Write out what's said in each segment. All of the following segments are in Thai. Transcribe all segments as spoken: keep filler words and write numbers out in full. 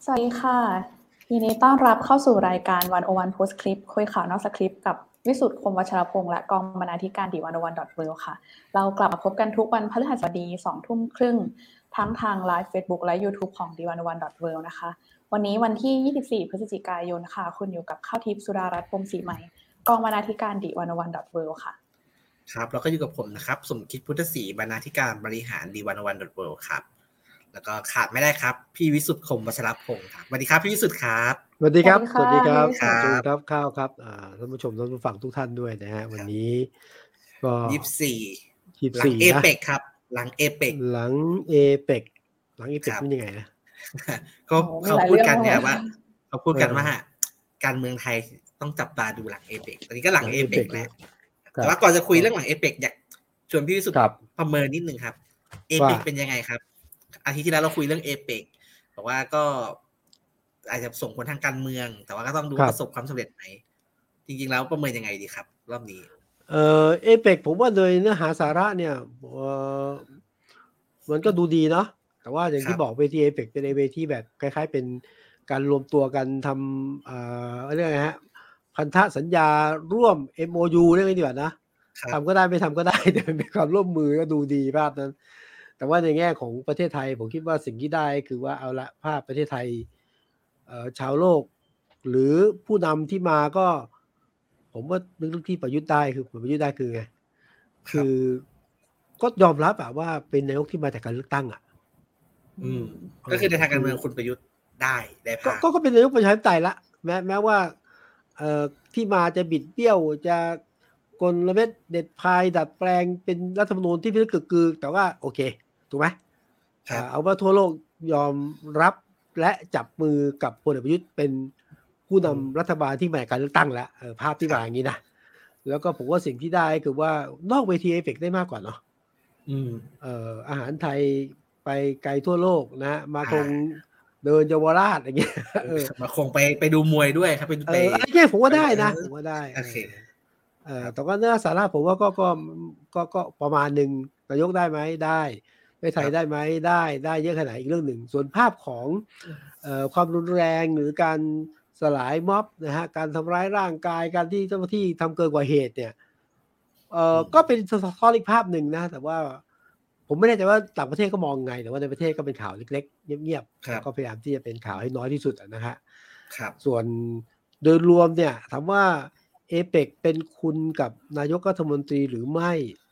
สวัสดีค่ะยินดีต้อนรับเข้าสู่รายการหนึ่งศูนย์หนึ่ง Post Script คุยข่าวนอกสคริปต์กับวิสุทธิ์คมวัชรพงษ์และกองบรรณาธิการ ดี หนึ่งศูนย์หนึ่ง ดอท เวิลด์ ค่ะเรากลับมาพบกันทุกวันพฤหัสบดี สองทุ่มครึ่งทั้งทางไลฟ์ Facebook และ YouTube ของ ดี หนึ่งศูนย์หนึ่ง ดอท เวิลด์ นะคะวันนี้วันที่ยี่สิบสี่พฤศจิกายนค่ะคุณอยู่กับข้าวทิพย์สุดารัตน์พรหมศรีใหม่กองบรรณาธิการ ดี หนึ่งศูนย์หนึ่ง ดอท เวิลด์ ค่ะครับแล้วก็อยู่กับผมนะครับสมคิดพุทธศรีบรรณาธิการบริหาร ดี หนึ่งศูนย์หนึ่ง ดอท เวิลด์ ครับแล้วก็ขาดไม่ได้ครับพี่วิสุทธิ์คมวัชรพงษ์ครับสวัสดีครับพี่วิสุทธิ์ครับสวัสดีครับสวัสดีครับสวัสดีครับข้าวครับอ่าท่านผู้ชมท่านผู้ฟังทุกท่านด้วยนะฮะวันนี้ก็ยี่สิบสี่ยี่สิบหลังสี่เอนะเปก ครับหลัง เอเปกหลัง เอเปก หลัง เอเปก เป็นยังไงนะก็เขาพูดกันเนี่ยว่าเขาพูดกันว่าการเมืองไทยต้องจับตาดูหลัง เอเปก ตอนนี้ก็หลัง เอเปก แล้วแต่ว่าก่อนจะคุยเรื่องหลัง เอเปก อยากชวนพี่วิสุทธิ์ประเมินนิดนึงครับ เอเปก เป็นยังไงครับอาทิตย์ที่แล้วเราคุยเรื่อง เอเปก บอกว่าก็อาจจะส่งผลทางการเมืองแต่ว่าก็ต้องดูประสบความสำเร็จไหมจริงๆแล้วประเมินยังไงดีครับรอบนี้เอ่อ เอเปก ผมว่าโดยเนื้อหาสาระเนี่ยเอ่อมันก็ดูดีเนาะแต่ว่าอย่างที่บอกเวที เอเปก เป็นเวทีแบบคล้ายๆเป็นการรวมตัวกันทำเอ่อเรื่องไงฮะพันธสัญญาร่วม เอ็ม โอ ยู เรื่องนี้ดีกว่านะทำก็ได้ไม่ทำก็ได้แต่เป็นความร่วมมือก็ดูดีภาพนั้นแต่ว่าในแง่ของประเทศไทยผมคิดว่าสิ่งที่ได้คือว่าเอาละภาพประเทศไทยเอ่อชาวโลกหรือผู้นำที่มาก็ผมว่านึกที่ประยุทธ์ได้คือประยุทธ์ได้คือไงคือก็ยอมรับอะว่าเป็นนายกที่มาจากการเลือกตั้งอ่ะอืมก็คือในทางการเมืองคุณประยุทธ์ได้ได้ภาพก็ก็เป็นนายกประชาธิปไตยละแม้แม้ว่าเอ่อที่มาจะบิดเบี้ยวจะกลเม็ดเด็ดพายดัดแปลงเป็นรัฐธรรมนูญที่พิลึกกึกกือแต่ว่าโอเคถูกไหมเอาว่าทั่วโลกยอมรับและจับมือกับพลเอกประยุทธ์เป็นผู้นำรัฐบาลที่มาจากการเลือกตั้งแล้วภาพที่มาอย่างนี้นะแล้วก็ผมว่าสิ่งที่ได้คือว่านอกเวทีเอเปกได้มากกว่าเนาะเอ่ออาหารไทยไปไกลทั่วโลกนะมาคงเดินเยาวราชอย่างเงี้ยมาคงไปไปดูมวยด้วยครับเป็นไปอะไรเงี้ยผมว่าได้นะผมว่าได้โอเคเออแต่ว่าเนื้อสาระผมว่าก็ก็ก็ก็ประมาณนึงนายกได้ไหมได้ไม่ไทยได้ไหมได้ได้เยอะขนาดอีกเรื่องหนึ่งส่วนภาพของเอ่อความรุนแรงหรือการสลายม็อบนะฮะการทำร้ายร่างกายการที่เจ้าหน้าที่ทำเกินกว่าเหตุเนี่ยเอ่อก็เป็นสะท้อนอีกภาพหนึ่งนะแต่ว่าผมไม่แน่ใจว่าต่างประเทศก็มองไงแต่ว่าในประเทศก็เป็นข่าวเล็กๆเงียบๆก็พยายามที่จะเป็นข่าวให้น้อยที่สุดนะฮะส่วนโดยรวมเนี่ยถามว่าเอเปกเป็นคุณกับนายกรัฐมนตรีหรือไม่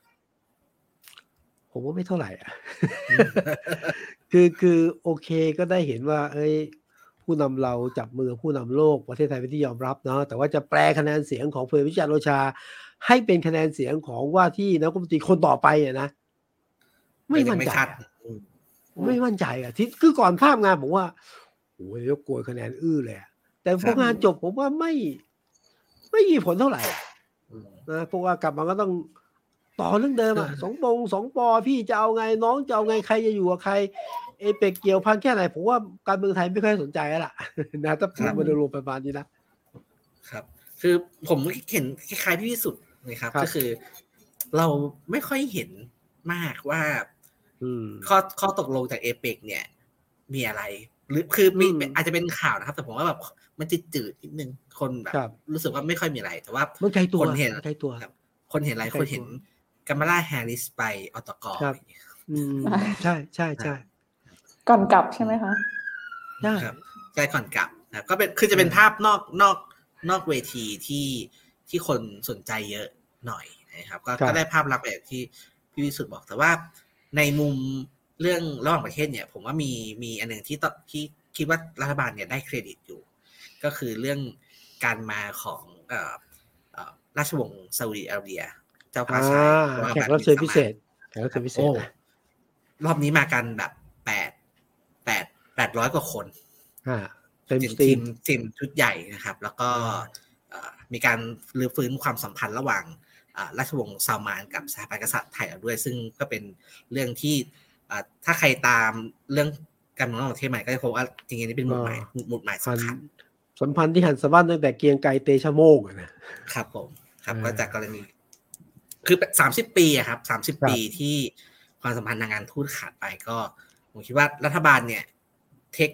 ผมว่าไม่เท่าไหร่อ่ะ คือคือโอเคก็ได้เห็นว่าเอ้ยผู้นำเราจับมือผู้นำโลกประเทศไทยเป็นที่ยอมรับเนาะแต่ว่าจะแปลคะแนนเสียงของพลเอกประยุทธ์จันทร์โอชาให้เป็นคะแนนเสียงของว่าที่นายกรัฐมนตรีคนต่อไปอ่ะนะไม่มั่นใจไม่มั่นใจอ่ะที่คือก่อนภาพงานผมว่าโอ้ยยกโกยคะแนนอื้อเลยแต่พองานจบผมว่าไม่ไม่มีผลเท่าไหร่นะเพราะว่ากลับมาก็ต้องต่อเรื่องเดิมอ่ะสองปงสองปอพี่จะเอาไงน้องจะเอาไงใครจะอยู่กับใครเอเปกเกี่ยวพันแค่ไหนผมว่าการเมืองไทยไม่ค่อยสนใจแล้วล่ะนะถ้าพูดมาโดยรวมประมาณนี้นะครับคือผมเห็นคล้ายๆพี่วิสุทธิ์นะครับก็คือเราไม่ค่อยเห็นมากว่าข้อข้อตกลงจากเอเปกเนี่ยมีอะไรหรือคือมีอาจจะเป็นข่าวนะครับแต่ผมว่าแบบมันจืดๆนิดนึงคนแบบรู้สึกว่าไม่ค่อยมีอะไรแต่ว่าคนเห็นคนเห็นอะไรคนเห็นกัมมาลาแฮร์ริสไปอตกใช่ใช่ใช่ก่อนกลับใช่ไหมคะใช่ครับใช่ก่อนกลับนะก็เป็นคือจะเป็นภาพนอกนอกนอกเวทีที่ที่คนสนใจเยอะหน่อยนะครับก็ก็ได้ภาพลักษณ์แบบที่พี่วิสุทธิ์บอกแต่ว่าในมุมเรื่องระหว่างประเทศเนี่ยผมว่ามีมีอันหนึ่งที่ที่คิดว่ารัฐบาลเนี่ยได้เครดิตอยู่ก็คือเรื่องการมาของเอ่อเอ่อราชวงศ์ซาอุดิอาระเบียเจ้าฟ้าชายแขกรับเชิญพิเศษแขกรับเชิญพิเศษรอบนี้มากันแบบแปดแปดแปดร้อยกว่าคนเป็นทีมทีมชุดใหญ่นะครับแล้วก็มีการรื้อฟื้นความสัมพันธ์ระหว่างราชวงศ์ซาอุมานกับสถาบันกษัตริย์ไทยด้วยซึ่งก็เป็นเรื่องที่ถ้าใครตามเรื่องการเมืองระหว่างประเทศใหม่ก็จะพบว่าจริงๆนี่เป็นหมุดหมายหมุดหมายสำคัญสัมพันธ์ที่หันสะบั้นตั้งแต่เกียงไกรเตชะโมกนะครับผมครับก็จากกรณีคือสามสิบปีอะครับสามสิบปีที่ความสัมพันธ์ทางการทูตขาดไปก็ผมคิดว่ารัฐบาลเนี่ยเทคเค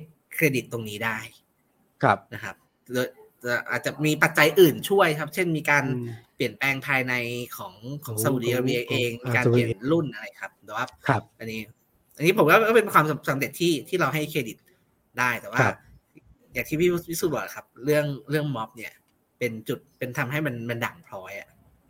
รดิตตรงนี้ได้ครับนะครับโดยอาจจะมีปัจจัยอื่นช่วยครับเช่นมีการเปลี่ยนแปลงภายในของของซาอุดิอาระเบียเองมีการเปลี่ยนรุ่นอะไรครับแต่ว่าอันนี้อันนี้ผมว่าก็เป็นความสำเร็จที่ที่เราให้เครดิตได้แต่ว่าอย่างที่พี่วิสุทธิ์บอกครับเรื่องเรื่องม็อบเนี่ยเป็นจุดเป็นทำให้มันมันด่างพร้อยอ่ะ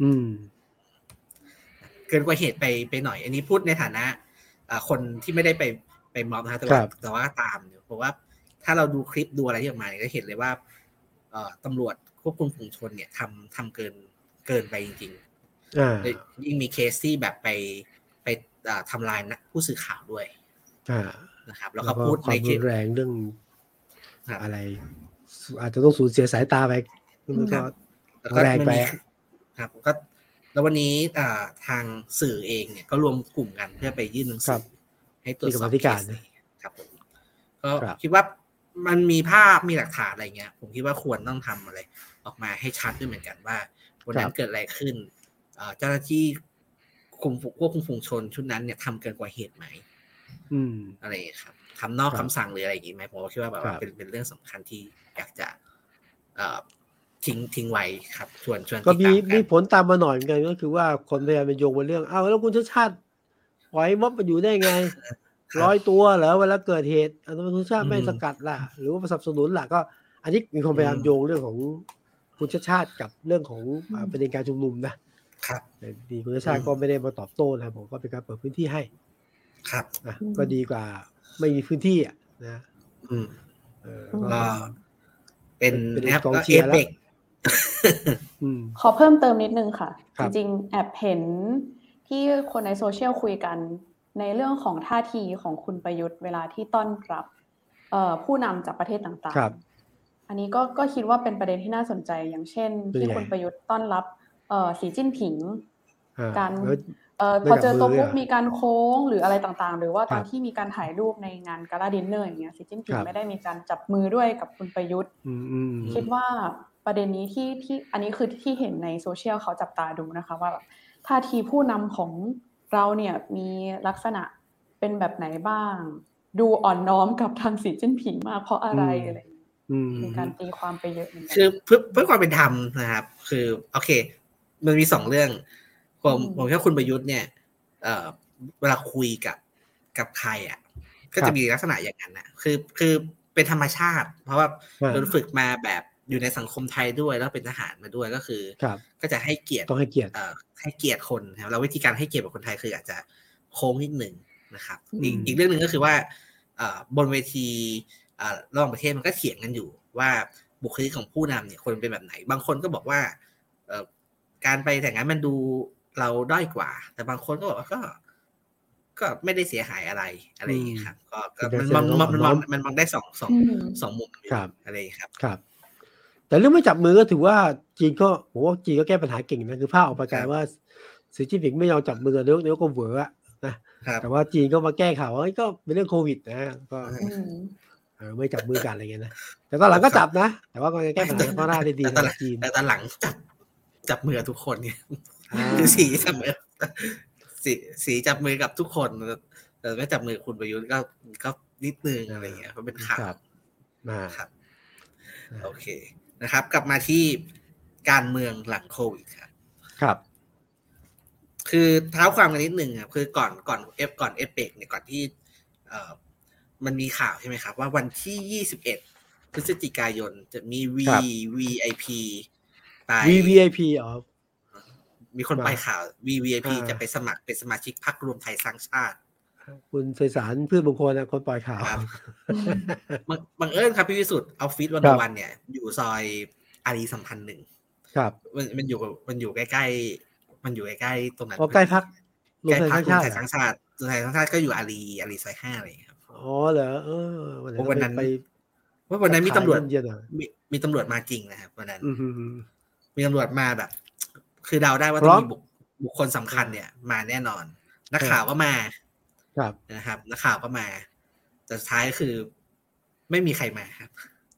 เกินกว่าเหตุไปไปหน่อยอันนี้พูดในฐานะคนที่ไม่ได้ไปไปม็อบนะครับแต่ว่าแต่ว่าตามเพราะว่าถ้าเราดูคลิปดูอะไรที่ออกมาเนี่ยก็เห็นเลยว่าตำรวจควบคุมฝูงชนเนี่ยทำทำเกินเกินไปจริงๆยิ่งมีเคสที่แบบไปไปทำลายนะผู้สื่อข่าวด้วยนะครับแล้วก็พูดในความรุนแรงเรื่องอะไรอาจจะต้องสูญเสียสายตาไปมันก็แรงไปครับก็แล้ววันนี้ทางสื่อเองเนี่ยก็รวมกลุ่มกันเพื่อไปยื่นหนังสือให้ตรวจสอบเคสครับผมก็คิดว่ามันมีภาพมีหลักฐานอะไรเงี้ยผมคิดว่าควรต้องทำอะไรออกมาให้ชัดด้วยเหมือนกันว่าวันนั้นเกิดอะไรขึ้นเจ้าหน้าที่คุมควบคุมฝูงชนชุดนั้นเนี่ยทำเกินกว่าเหตุไหมอะไรครับทำนอกคำสั่งหรืออะไรอย่างงี้ไหมผมคิดว่าแบบเป็นเป็นเรื่องสำคัญที่อยากจะทิ้งทิ้งไว้ครับชวนชวนก็มีมีผลตามมาหน่อยเหมือนกันก็คือว่าคนพยายามไปโยงมาเรื่องอ้าวแล้วคุณชาติชาติปล่อยม็อบมาอยู่ได้ไงร้อยตัวเหรอเวลาเกิดเหตุทำไมคุณชาติไม่สกัดล่ะหรือว่าสนับสนุนล่ะก็อันนี้มีคนพยายามโยงเรื่องของคุณชาติชาติกับเรื่องของประเด็นการชุมนุมนะครับแต่ดีคุณชาติชาติก็ไม่ได้มาตอบโต้นะผมก็เป็นการเปิดพื้นที่ให้ครับนะก็ดีกว่าไม่มีพื้นที่อ่ะนะอืมเออก็เป็นนะครับก็เอเปกขอเพิ่มเติมนิดนึงค่ะจริงๆแอบเห็นที่คนในโซเชียลคุยกันในเรื่องของท่าทีของคุณประยุทธ์เวลาที่ต้อนรับผู้นำจากประเทศต่างๆอันนี้ก็ก็คิดว่าเป็นประเด็นที่น่าสนใจอย่างเช่นที่คุณประยุทธ์ต้อนรับสีจิ้นผิงการพอเจอตัวปุ๊บมีการโค้งหรืออะไรต่างๆหรือว่าตอนที่มีการถ่ายรูปในงานกาลาดินเนอร์อย่างเงี้ยสีจิ้นผิงไม่ได้มีการจับมือด้วยกับคุณประยุทธ์คิดว่าประเด็นนี้ที่ที่อันนี้คือที่เห็นในโซเชียลเขาจับตาดูนะคะว่าแบบท่าทีผู้นำของเราเนี่ยมีลักษณะเป็นแบบไหนบ้างดูอ่อนน้อมกับทางสีจิ้นผิงมากเพราะอะไรอะไรมีการตีความไปเยอะเหมือนกันคือเพื่อเพื่อความเป็นธรรมนะครับคือโอเคมันมีสองเรื่องผมผมคิดว่าคุณประยุทธ์เนี่ยเอ่อเวลาคุยกับกับใครอ่ะก็จะมีลักษณะอย่างนั้นนะคือคือเป็นธรรมชาติเพราะว่าโดนฝึกมาแบบอยู่ในสังคมไทยด้วยแล้วเป็นทหารมาด้วยก็คือก็จะให้เกียรติต้องให้เกียรติเอ่อให้เกียรติคนนะครับแล้ววิธีการให้เกียรติกับคนไทยคืออาจจะโค้งนิดนึงนะครับอีกอีกเรื่องนึงก็คือว่าเอ่อบนเวทีเอ่อระหว่างประเทศมันก็เถียงกันอยู่ว่าบุคลิกของผู้นำเนี่ยคนเป็นแบบไหนบางคนก็บอกว่าเอ่อการไปแต่งงานมันดูเราด้อยกว่าแต่บางคนก็บอกว่าก็ก็ไม่ได้เสียหายอะไรอะไรอย่างเงี้ยครับก็มันมันมันมันมองได้สองสองสองมุมอะไรครับครับแต่เรื่องไม่จับมือก็ถือว่าจีนก็ผมว่าจีนก็แก้ปัญหาเก่งนะคือภาพออกมาไกลว่าสีจิ้นผิงไม่ยอมจับมือเดี๋ยวเดี๋ยวก็เวอร์นะแต่ว่าจีนก็มาแก้ข่าวว่าก็เป็นเรื่องโควิดนะก็ไม่จับมือกันอะไรเงี้ยนะแต่ตอนหลังก็จับนะแต่ว่าก็แก้ปัญหาข้อหน้าได้ดีนะจีนแต่ตอนหลังจับจับมือทุกคนเนี่ยคือสีจับมือสีสีจับมือกับทุกคนแต่ไม่จับมือคุณประยุทธ์ก็ก็นิดนึงอะไรเงี้ยเพราะเป็นข่าวครับโอเคนะครับกลับมาที่การเมืองหลังโควิดครับครับคือเท้าความกันนิดนึงครับคือก่อนก่อนเอฟก่อนเอฟเปกเนี่ยก่อนที่เอ่อมันมีข่าวใช่ไหมครับว่าวันที่ยี่สิบเอ็ดพฤศจิกายนจะมี V วี ไอ พี ไป V วี ไอ พี อ๋อมีคนไปข่าว V วี ไอ พี จะไปสมัครเป็นสมาชิกพรรครวมไทยสร้างชาติคุณไพศาลพืชมงคลนะคนปล่อยข่าวบังเอิญครับพี่วิสุทธิ์ออฟฟิศวันวันเนี่ยอยู่ซอยอารีสัมพันธ์หนึ่งครับมันมันอยู่มันอยู่ใกล้ๆมันอยู่ใกล้ๆตรงนั้นใกล้พักใกล้พักรวมไทยสร้างชาติรวมไทยสร้างชาติก็อยู่อารีอารีซอยห้าอะไรอย่างเงี้ยครับอ๋อเหรอเออวันนั้นว่าวันนั้นมีตำรวจมีมีตำรวจมาจริงนะครับวันนั้นมีตำรวจมาแบบคือเดาได้ว่าต้องมีบุคคลสำคัญเนี่ยมาแน่นอนนักข่าวก็มานะครับนักข่าวก็มาแต่สุดท้ายคือไม่มีใครมาครับ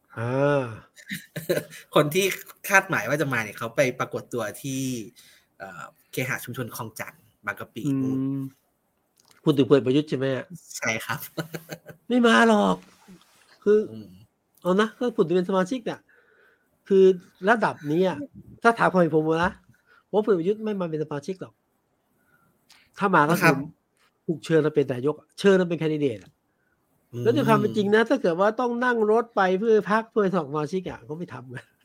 คนที่คาดหมายว่าจะมาเนี่ยเขาไปปรากฏตัวที่เคหะชุมชนคลองจันทน์บางกะปิพูดถึงเปิดประยุทธ์ใช่ไหมใช่ครับไม่มาหรอกคือเอานะถ้าผุดเป็นสมาชิกเนี่ยคือระดับนี้ถ้าถามความเห็นผมนะว่าพลเอกประยุทธ์ไม่มาเป็นสมาชิกหรอกถ้ามาก็คือถูกเชิญมาเป็นนายกเชิญมาเป็นแคนดิเดตแล้วในความเป็นจริงนะถ้าเกิดว่าต้องนั่งรถไปเพื่อพักเพื่อสมัครสมาชิกอ่ะก็ไม่ทำกัน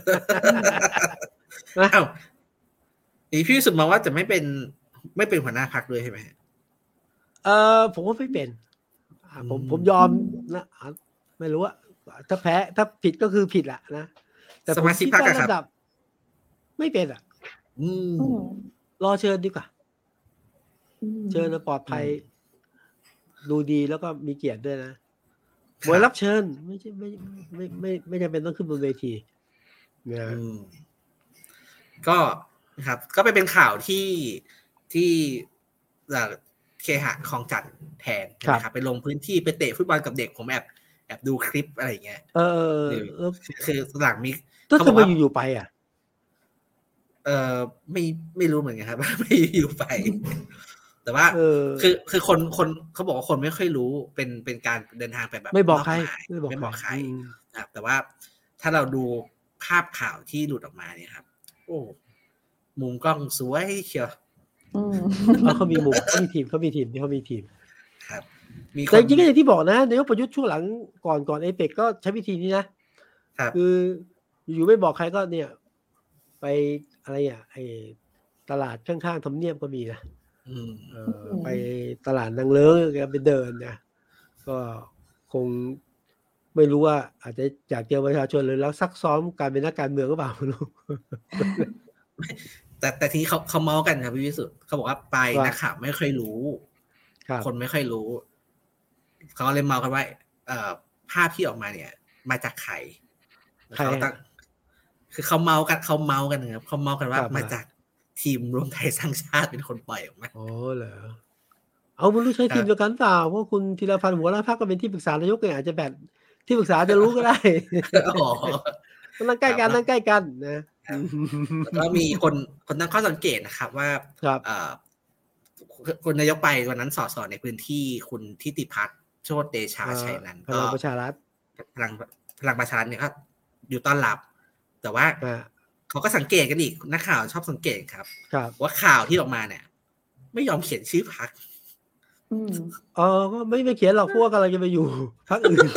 อ้าวอีพี่สุดมองว่าจะไม่เป็นไม่เป็นหัวหน้าพรรคด้วยใช่ไหมเออผมว่าไม่เป็นผมผมยอมนะไม่รู้ว่าถ้าแพ้ถ้าผิดก็คือผิดแหละนะแต่สมาชิกพรรคระดับไม่เป็นอ่ะรอเชิญดีกว่าเชิญปลอดภัยดูดีแล้วก็มีเกียรติด้วยนะบวยรับเชิญไม่ใช่ไม่ไม่ไม่ไม่จำเป็นต้องขึ้นบนเวทีนะก็ครับก็ไปเป็นข่าวที่ที่เคหะคลองจันทน์แทนนะครับไปลงพื้นที่ไปเตะฟุตบอลกับเด็กผมแอบแอบดูคลิปอะไรอย่างเงี้ยเออคือหลังมีก็ทำไมอยู่ๆไปอ่ะเออไม่ไม่รู้เหมือนกันครับไม่อยู่ไปแต่ว่าคือคือคนคนเขาบอกว่าคนไม่ค่อยรู้เป็นเป็นการเดินทางไปแบบไม่บอกใครไม่บอกใครครับแต่ว่าถ้าเราดูภาพข่าวที่หลุดออกมาเนี่ยครับโอ้มุมกล้องสวยเชียวเขามีมุมเขามีทีมเขามีทีมที่เขามีทีมครับแต่จริงๆก็อย่างที่บอกนะนายกประยุทธ์ช่วงหลังก่อนก่อนเอเปกก็ใช้วิธีนี้นะคืออยู่ไม่บอกใครก็เนี่ยไปอะไรอ่ะไอ้ตลาดข้างๆทำเนียบก็มีนะไปตลาดนางเลิ้งแกไปเดินนะก็คงไม่รู้ว่าอาจจะอยากเจอประชาชนเลยแล้วซักซ้อมการเป็นนักการเมืองก็เปล่าไม่รู้แต่แต่ทีนี้เขาเขาเมาส์กันครับพี่วิสุทธิ์เขาบอกว่าไปนักข่าวไม่ค่อยรู้คนไม่ค่อยรู้เขาเลยเมาส์กันว่าเอ่อภาพที่ออกมาเนี่ยมาจากใครเขาตั้งคือเขาเมาส์กันเขาเมาส์กันครับเขาเมาส์กันว่ามาจากทีมรวมไทยสร้างชาติเป็นคนปล่อยออกมาโอ้เหรอเอาไม่รู้ใช้ทีมเดียวกันเปล่าเพราะคุณธีรพันธ์หัวหน้าพรรคก็เป็นที่ปรึกษานายกเนี่ยอาจจะแบบที่ปรึกษาจะรู้ก็ได้อ๋อนั่งใกล้กันนั่งใกล้กันนะแล้วมีคนคนตั้งข้อสังเกตนะครับว่าคนนายกไปวันนั้นสสในพื้นที่คุณทิติพัฒน์โชติเดชาชัยนันท์พลังประชารัฐพลังพลังประชารัฐเนี่ยก็อยู่ต้อนรับแต่ว่าเขาก็สังเกตกันอีกนักข่าวชอบสังเกตครับว่าข่าวที่ออกมาเนี่ยไม่ยอมเขียนชื่อพรรคอ๋อก็ไม่ไม่เขียนหรอกพวกอะไรจะไปอยู่พรรคอื่น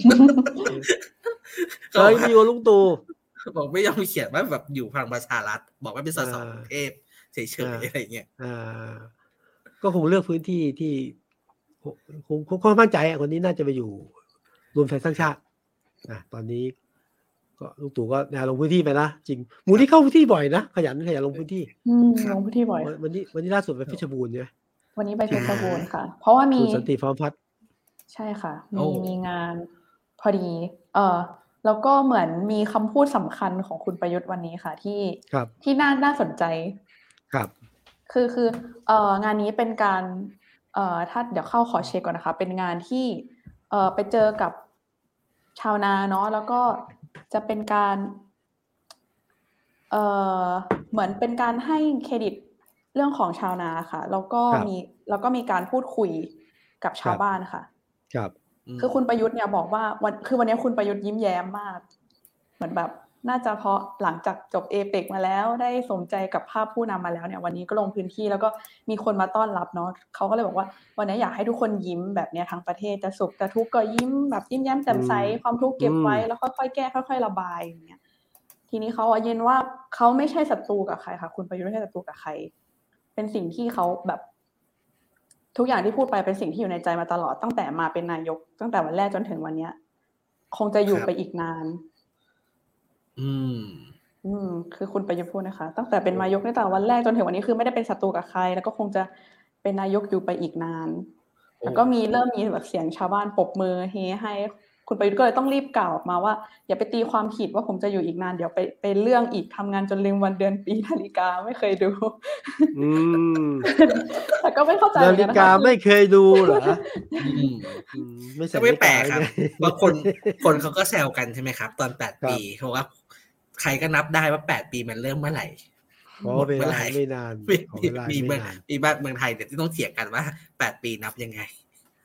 เคยมีลุงตู่บอกไม่ยอมเขียนว่าแบบอยู่พลังประชารัฐบอกว่าเป็นสสกรุงเทพเฉยๆอะไรเงี้ยก็คงเลือกพื้นที่ที่คงคงมั่นใจอ่ะคนนี้น่าจะไปอยู่รวมไทยสร้างชาตินะตอนนี้ก็ลุงตู่ก็ลงพื้นที่ไปนะจริงหมูที่เข้าพื้นที่บ่อยนะขยันขยันลงพื้นที่ลงพื้นที่บ่อยวันนี้วันนี้ล่าสุดไปเพชรบูรณ์ใช่ไหมวันนี้ไปเพชรบูรณ์ค่ะเพราะว่ามีสันติพร้อมพัฒน์ใช่ค่ะมีมีงานพอดีเออแล้วก็เหมือนมีคำพูดสำคัญของคุณประยุทธ์วันนี้ค่ะที่ที่น่าน่าสนใจครับคือคือเอ่องานนี้เป็นการเอ่อถ้าเดี๋ยวเข้าขอเช็คก่อนนะคะเป็นงานที่เอ่อไปเจอกับชาวนาเนาะแล้วก็จะเป็นการเอ่อเหมือนเป็นการให้เครดิตเรื่องของชาวนาค่ะแล้วก็มีแล้วก็มีการพูดคุยกับชาวบ้านค่ะครับคือคุณประยุทธ์เนี่ยบอกว่าวันคือวันนี้คุณประยุทธ์ยิ้มแย้มมากเหมือนแบบน่าจะเพราะหลังจากจบเอเปกมาแล้วได้สมใจกับภาพผู้นำมาแล้วเนี่ยวันนี้ก็ลงพื้นที่แล้วก็มีคนมาต้อนรับเนาะเขาก็เลยบอกว่าวันนี้อยากให้ทุกคนยิ้มแบบเนี้ยทั้งประเทศจะสุขจะทุกข์ก็ยิ้มแบบยิ้มแย้มแจ่มใสความทุกข์เก็บไว้แล้วค่อยๆแก้ค่อยๆระบายอย่างเงี้ยทีนี้เขายืนว่าเขาไม่ใช่ศัตรูกับใครค่ะคุณประยุทธ์ไม่ใช่ศัตรูกับใครเป็นสิ่งที่เขาแบบทุกอย่างที่พูดไปเป็นสิ่งที่อยู่ในใจมาตลอดตั้งแต่มาเป็นนายกตั้งแต่วันแรกจนถึงวันเนี้ยคงจะอยู่ไปอีกนานอืมอืมคือคุณประยุทธ์พูดนะคะตั้งแต่เป็นนายกตั้งแต่วันแรกจนถึงวันนี้คือไม่ได้เป็นศัตรูกับใครแล้วก็คงจะเป็นนายกอยู่ไปอีกนานแล้วก็มีเริ่มมีแบบเสียงชาวบ้านปรบมือเฮให้คุณประยุทธ์ก็เลยต้องรีบกล่าวออกมาว่าอย่าไปตีความผิดว่าผมจะอยู่อีกนานเดี๋ยวไปเป็นเรื่องอีกทำงานจนลืมวันเดือนปีนาฬิกาไม่เคยดูอืมแต่ก็ไม่เข้าใจนาฬิกาไม่เคยดูเหรอไม่ใช่ไม่แปลกครับบางคนคนเขาก็แซวกันใช่ไหมครับตอนแปดปีเขาว่าใครก็นับได้ว่าแปดปีมันเริ่มเมื่อไหร่หมดเมื่อไหร่ไม่นานมีเมืองมีบ้านเมืองไทยเนี่ยที่ต้องเถียงกันว่าแปดปีนับยังไง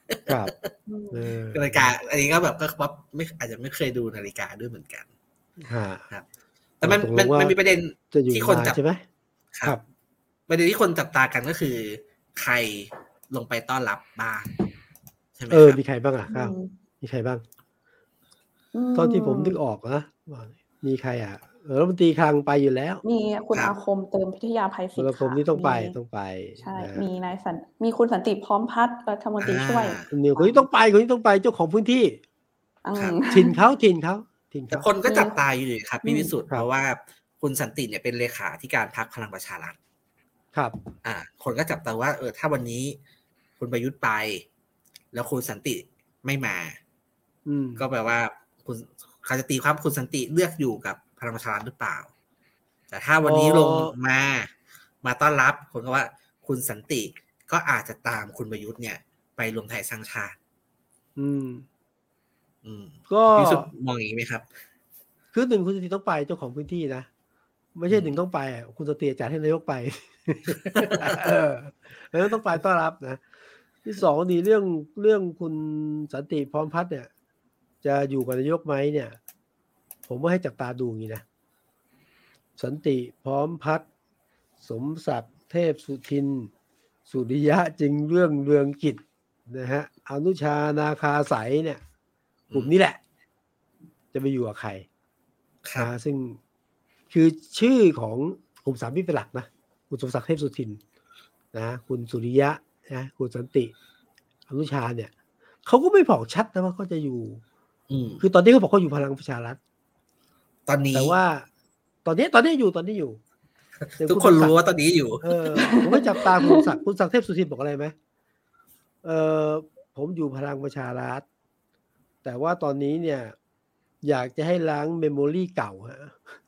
ครับอืมเออนาฬิกาอันนี้ก็แบบก็ว่าไม่อาจจะไม่เคยดูนาฬิกาด้วยเหมือนกันฮะครับ แต่มันตกลมันงว่ามันมีประเด็นจะอยู่ที่คนนานจับใช่ไหมครัครับ บประเด็นที่คนจับตากันก็คือ ใครลงไปต้อนรับบ้างใช่ไหมเออครับมีใครบ้างอ่ะอืก้าวมมีใครบ้างอืเท่าที่ผมนึกมออกนะว่ามีใครอะ เอ่อ รัฐมนตรีคลังไปอยู่แล้วมีคุณครัอาบคม เติมพิทยาภัยศคุิณทอาธิ์คมค่ะนี่ต้องมีไป ต้องไปใช่นะมีนายสัน มีคุณสันติพร้อมพัฒน์รัฐมนตรีช่วยอาคนนี้ คนนี้ต้องไป คนนี้ต้องไป เจ้าของพื้นที่อืครับมถิ่นเขา ถิ่นเขา ถิ่นแต่เขาคนก็มีจับตาอยู่ดีครับอืพี่มวิสุทธิ์ครัเพบราะว่าคุณสันติเนี่ยเป็นเลขาธิการพรรคพลังประชารัฐครับอ่า คนก็จับตาว่า เออ ถ้าวันนี้คุณประยุทธ์ไป แล้วคุณสันติไม่มาอืมก็แปลว่า คุณ เขาจะตีความคุณสันติเลือกอยู่กับพลังประชารัฐหรือเปล่า แต่ถ้าวันนี้อ๋อลงมา มาต้อนรับ คนก็ว่า คุณสันติก็อาจจะตามคุณประยุทธ์เนี่ยไปรวมไทยสร้างชาติอืมอืมก็พี่วิสุทธิ์มองอย่างงี้ไหมครับ? คือ หนึ่ง คุณสันติต้องไป เจ้าของพื้นที่นะ ไม่ใช่ หนึ่งอืมต้องไปอะ คุณสันติจัดให้นายกไป เออ นายกต้องไปต้อนรับนะ ที่ สอง นี่เรื่อง เรื่องคุณสันติพร้อมพัฒน์เนี่ย จะอยู่กับนายกไหมเนี่ย ผมว่าให้จับตาดูอย่างงี้นะ สันติพร้อมพัฒน์ สมศักดิ์เทพสุทิน สุริยะจึงเรื่องเรืองกิจนะครับ อนุชานาคาสายเนี่ย กลุ่มนี้แหละ จะไปอยู่กับใครครันะบซึ่งคือชื่อของกลุ่มสามมิตรเป็นหลักนะ คุณสมศักดิ์เทพสุทินนะ คุณสุริยะนะ คุณสันติ อนุชาเนี่ย เขาก็ไม่บอกชัดนะว่าเขาจะอยู่อืมคือตอนนี้เขาบอกเขาอยู่พลังประชารัฐตอนนี้แต่ว่าตอนนี้ ตอนนี้อยู่ ตอนนี้อยู่ แต่ทุกณคนสมศัรู้กดิ์ว่าตอนนี้อยู่เออ ผมให้จับตาคุณศักดิ์ คุณศักดิ์เทพสุทินบอกอะไรไหม เอ่อ ผมอยู่พลังประชารัฐ แต่ว่าตอนนี้เนี่ย อยากจะให้ล้าง memory เก่าครับ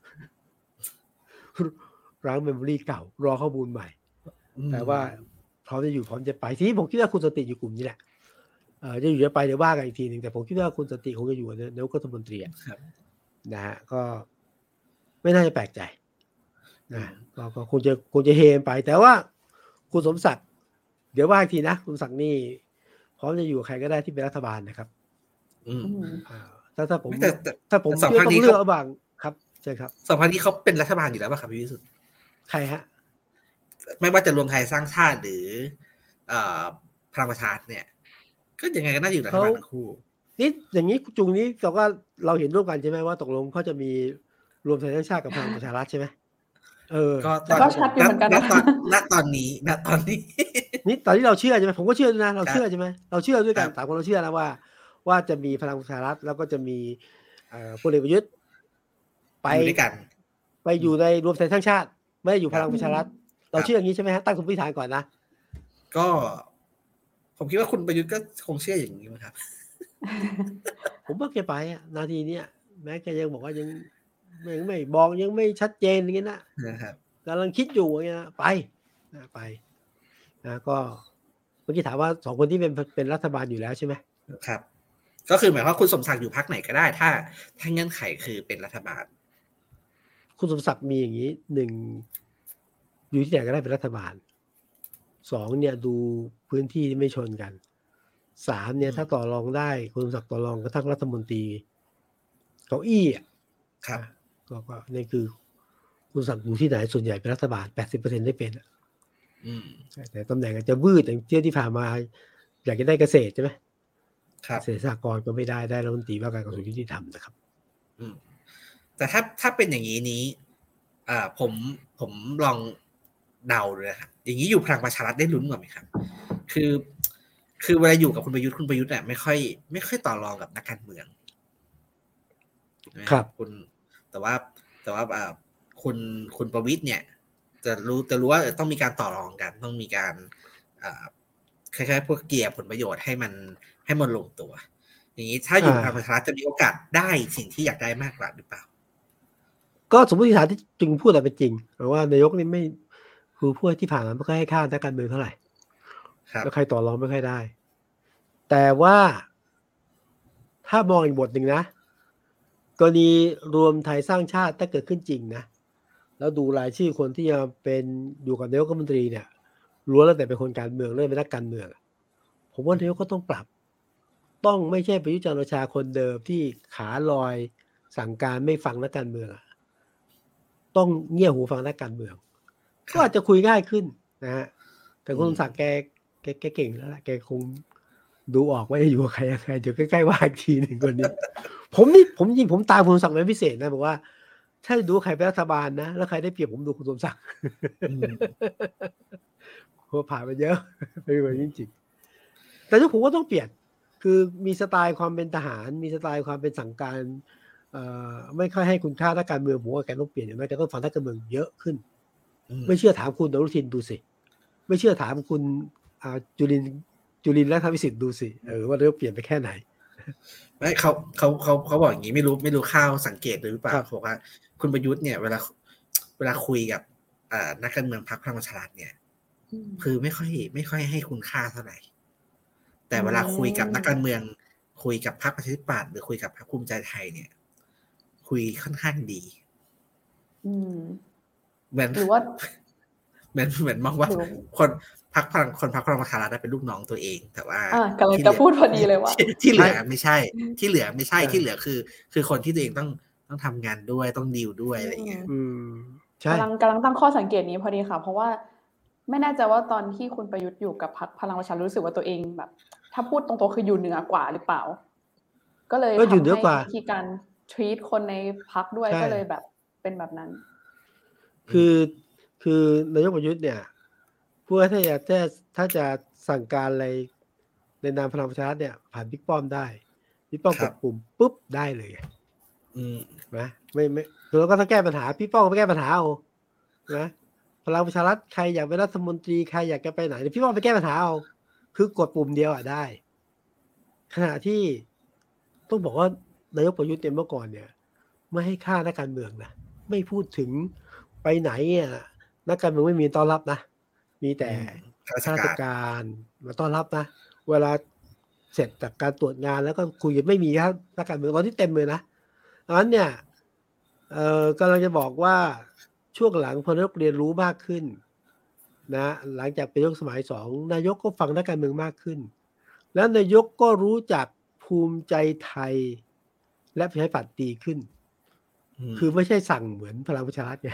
ล้าง memory เก่า รอข้อมูลใหม่อืมแต่ว่าพร้อมจะอยู่ พร้อมจะไป ทีนี้ผมคิดว่าคุณสันติอยู่กลุ่มนี้แหละ เอ่อ จะอยู่จะไปเดี๋ยวว่ากันอีกทีหนึ่ง แต่ผมคิดว่าคุณสันติคงจะอยู่กับนายกรัฐมนตรีอะครับนะฮะ ก็ไม่น่าจะแปลกใจอืนะมก็ ก็คงจะ คงจะเฮกันไป แต่ว่าคุณสมศักดิ์ เดี๋ยวว่าอีกทีนะ คุณสมศักดิ์นี่พร้อมจะอยู่กับใครก็ได้ที่เป็นรัฐบาลนะครับอืมอืมอ่า ถ้า ถ้าผมแต่ แต่ถ้าผมแต่สองคิดพรว่ารคต้อนี้งเลืเขาอกระหว่าง ครับ เชิญครับสองพรรคนี้เขาเป็นรัฐบาลอยู่แล้วเปล่าครับพี่วิสุทธิ์? ใครครับ? ไม่ว่าจะรวมไทยสร้างชาติ หรือ เอ่อ พลังประชารัฐเนี่ย ก็ยังไงก็น่าจะอยู่รัฐบาลทั้งคู่นี่ อย่างงี้จุงนี้เราก็ เราเห็นร่วมกันใช่ไหมว่าตกลงเขาจะมีรวมไทยสร้างชาติกับพลังประชารัฐใช่ไหม? เออก็แต่ก็ชัดอยู่เหมือนกันณนะตอน ณ ตอนนี้ ณ ตอนนี้นี่ตอนที่เราเชื่อใช่ไหม ผมก็เชื่อด้วยนะ เราครับเชื่อใช่ไหม เราเชื่อด้วยคกัรันบสาม คนเราเชื่อนะว่า ว่าจะมีพลังประชารัฐ แล้วก็จะมี เอ่อ พลเอกประยุทธ์ ไปอยู่ด้วยกันไปอยู่ในรวมไทยสร้างชาติ ไม่ได้อยู่พลังประชารัฐ เราครับเชื่ออย่างงี้ใช่ไหมครับ ตั้งสมมติฐานก่อนนะก็ ผมคิดว่าคุณประยุทธ์ก็คงเชื่ออย่างงี้มั้งครับผมว่าแกไปอะ นาทีเนี้ย แม้แกยังบอกว่ายัง ยังไม่บอก ยังไม่ชัดเจน อย่างงี้นะนะครับกำลังคิดอยู่ อย่างเงี้ยนะ ไป นะ ไป นะ ก็ เมื่อกี้ถามว่า สอง คนที่เป็น พ เป็นรัฐบาลอยู่แล้วใช่ไหม? ครับ ก็คือหมายความว่าคุณสมศักดิ์อยู่พรรคไหนก็ได้ ถ้า ถ้าเงื่อนไขคือเป็นรัฐบาลคุณสมศักดิ์มีอย่างงี้ หนึ่ง อยู่ที่ไหนก็ได้เป็นรัฐบาล สอง เนี่ยดูพื้นที่ที่ไม่ชนกัน สาม เนี่ยอืมถ้าต่อรองได้ คุณสมศักดิ์ต่อรองกระทั่งรัฐมนตรีเก้าอี้อะครับอา ก็ ก็นี่คือคุณสมศักดิ์อยู่ที่ไหนส่วนใหญ่เป็นรัฐบาล แปดสิบเปอร์เซ็นต์ ได้เป็นอะอืมแต่ตำแหน่งอาจจะวืด อย่างเที่ยวที่ผ่านมา อยากจะได้เกษตรใช่ไหม? ครัเกบษตรสหกรณ์ก็ไม่ได้ ได้รัฐมนตรีว่าการกระทรวงยุติธรรมนะครับอืม แต่ถ้า ถ้าเป็นอย่างงี้นี้ อ่า ผม ผมลองเดาดูนะครับ อย่างงี้อยู่พลังประชารัฐได้ลุ้นกว่าไหมครับ? คือ คือเวลาอยู่กับคุณประยุทธ์ คุณประยุทธ์อะไม่ค่อย ไม่ค่อยต่อรองกับนักการเมืองครับคุณ แต่ว่า แต่ว่า อ่า คุณ คุณประวิตรเนี่ย จะรู้ จะรู้ว่า เออ ต้องมีการต่อรองกัน ต้องมีการ อ่า คล้าย ๆ พวกเกลี่ยผลประโยชน์ให้มัน ให้มันลงตัว อย่างงี้ถ้าอยู่พลังประชารัฐจะมีโอกาสได้สิ่งที่อยากได้มากกว่าหรือเปล่า? ก็สมมติฐานที่จึงพูดอะเป็นจริง แต่ว่านายกนี่ไม่ คือพวกที่ผ่านมาไม่ค่อยให้ค่านักการเมืองเท่าไรครับแล้วใครต่อรองไม่ค่อยได้ แต่ว่าถ้ามองอีกบทหนึ่งนะ กรณีรวมไทยสร้างชาติถ้าเกิดขึ้นจริงนะ แล้วดูรายชื่อคนที่จะเป็น อยู่กับนายกรัฐมนตรีเนี่ย ล้วนแล้วแต่เป็นคนการเมือง ไม่ได้เป็นนักการเมืองอะ ผมว่านายกก็ต้องปรับต้องไม่ใช่ประยุทธ์จันทร์โอชาคนเดิมที่ขาลอยสั่งการไม่ฟังนักการเมืองต้องเงี่ยหูฟังนักการเมืองก็อาจจะคุยง่ายขึ้นนะฮะแต่คุณสมศักดิ์แกแกแกเก่งแล้วแหละแกคงดูออกว่าจะอยู่กับใครใครเดี๋ยวใกล้ๆว่าอีกทีหนึ่งคนนี้ ผมนี่ผมจริงผมตามคุณสมศักดิ์เป็นพิเศษนะบอกว่าถ้าดูใครเป็นรัฐบาลนะแล้วใครได้เปรียบผมดูคุณสมศักดิ์หัวผ่านไปเยอะไปกว่าจริงๆแต่ทุกผมก็ต้องเปลี่ยนคือมีสไตล์ความเป็นทหารมีสไตล์ความเป็นสั่งการเอ่อไม่ค่อยให้คุณค่านักการเมืองผมว่าแกต้องเปลี่ยนอย่างไรแกต้องฟังนักการเมืองเยอะขึ้นไม่เชื่อถามคุณอนุทินดูสิไม่เชื่อถามคุณจุลินจุลินและทวิสิทธิ์ดูสิเออว่าเรื่องเปลี่ยนไปแค่ไหนไม่เขาเขาเขาเขาบอกอย่างนี้ไม่รู้ไม่รู้ข้าวสังเกตหรือเปล่าบอกว่าคุณประยุทธ์เนี่ยเวลาเวลาคุยกับนักการเมืองพรรคพลังประชารัฐเนี่ยคือไม่ค่อยไม่ค่อยให้คุณค่าเท่าไหร่แต่เวลาคุยกับนักการเมืองคุยกับพรรคประชาธิปัตย์หรือคุยกับพรรคภูมิใจไทยเนี่ยคุยค่อนข้างดีเหมือนหรือว่าเหมือนเหมือนมองว่าคนพรรคพลังคนพรรคพลังประชารัฐเป็นลูกน้องตัวเองแต่ว่ากำลังจะพูดพอดีเลยว่าที่เหลือไม่ใช่ที่เหลือไม่ใช่ที่เหลือคือคือคนที่ตัวเองต้องต้องทำงานด้วยต้องดีลด้วยอะไรอย่างเงี้ยกำลังกำลังตั้งข้อสังเกตนี้พอดีค่ะเพราะว่าไม่แน่ใจว่าตอนที่คุณประยุทธ์อยู่กับพรรคพลังประชารัฐรู้สึกว่าตัวเองแบบถ้าพูดตรงๆคืออยู่เหนือกว่าหรือเปล่าก็เลยทำให้วิธีการทรีตคนในพรรคด้วยก็เลยแบบเป็นแบบนั้นคือคือนายกประยุทธ์เนี่ยพูดว่าถ้าอยากจะถ้าจะสั่งการอะไรในนามพลังประชารัฐเนี่ยผ่านบิ๊กป้อมได้บิ๊กป้อมกดปุ่มปุ๊บได้เลยอืมนะไม่ไม่เราก็ต้องแก้ปัญหาพี่ป้อมไปแก้ปัญหาเอานะพลังประชารัฐใครอยากเป็นรัฐมนตรีใครอยากจะไปไหนพี่ป้อมไปแก้ปัญหาเอาคือกดปุ่มเดียวอ่ะได้ขณะที่ต้องบอกว่านายกประยุทธ์เมื่อก่อนเนี่ยไม่ให้ค่านักการเมืองนะไม่พูดถึงไปไหนอ่ะนักการเมืองไม่มีต้อนรับนะมีแต่ข้าราชการมาต้อนรับนะเวลาเสร็จจากการตรวจงานแล้วก็คุยกันไม่มีครับนักการเมืองตอนที่เต็มเลยนะดังนั้นเนี่ยเอ่อกำลังจะบอกว่าช่วงหลังพอนายกเรียนรู้มากขึ้นนะหลังจากเป็นนายกสมัยสองนายกก็ฟังนักการเมืองมากขึ้นแล้วนายกก็รู้จักภูมิใจไทยและประชาธิปัตย์ดีขึ้นคือไม่ใช่สั่งเหมือนพลังประชารัฐไง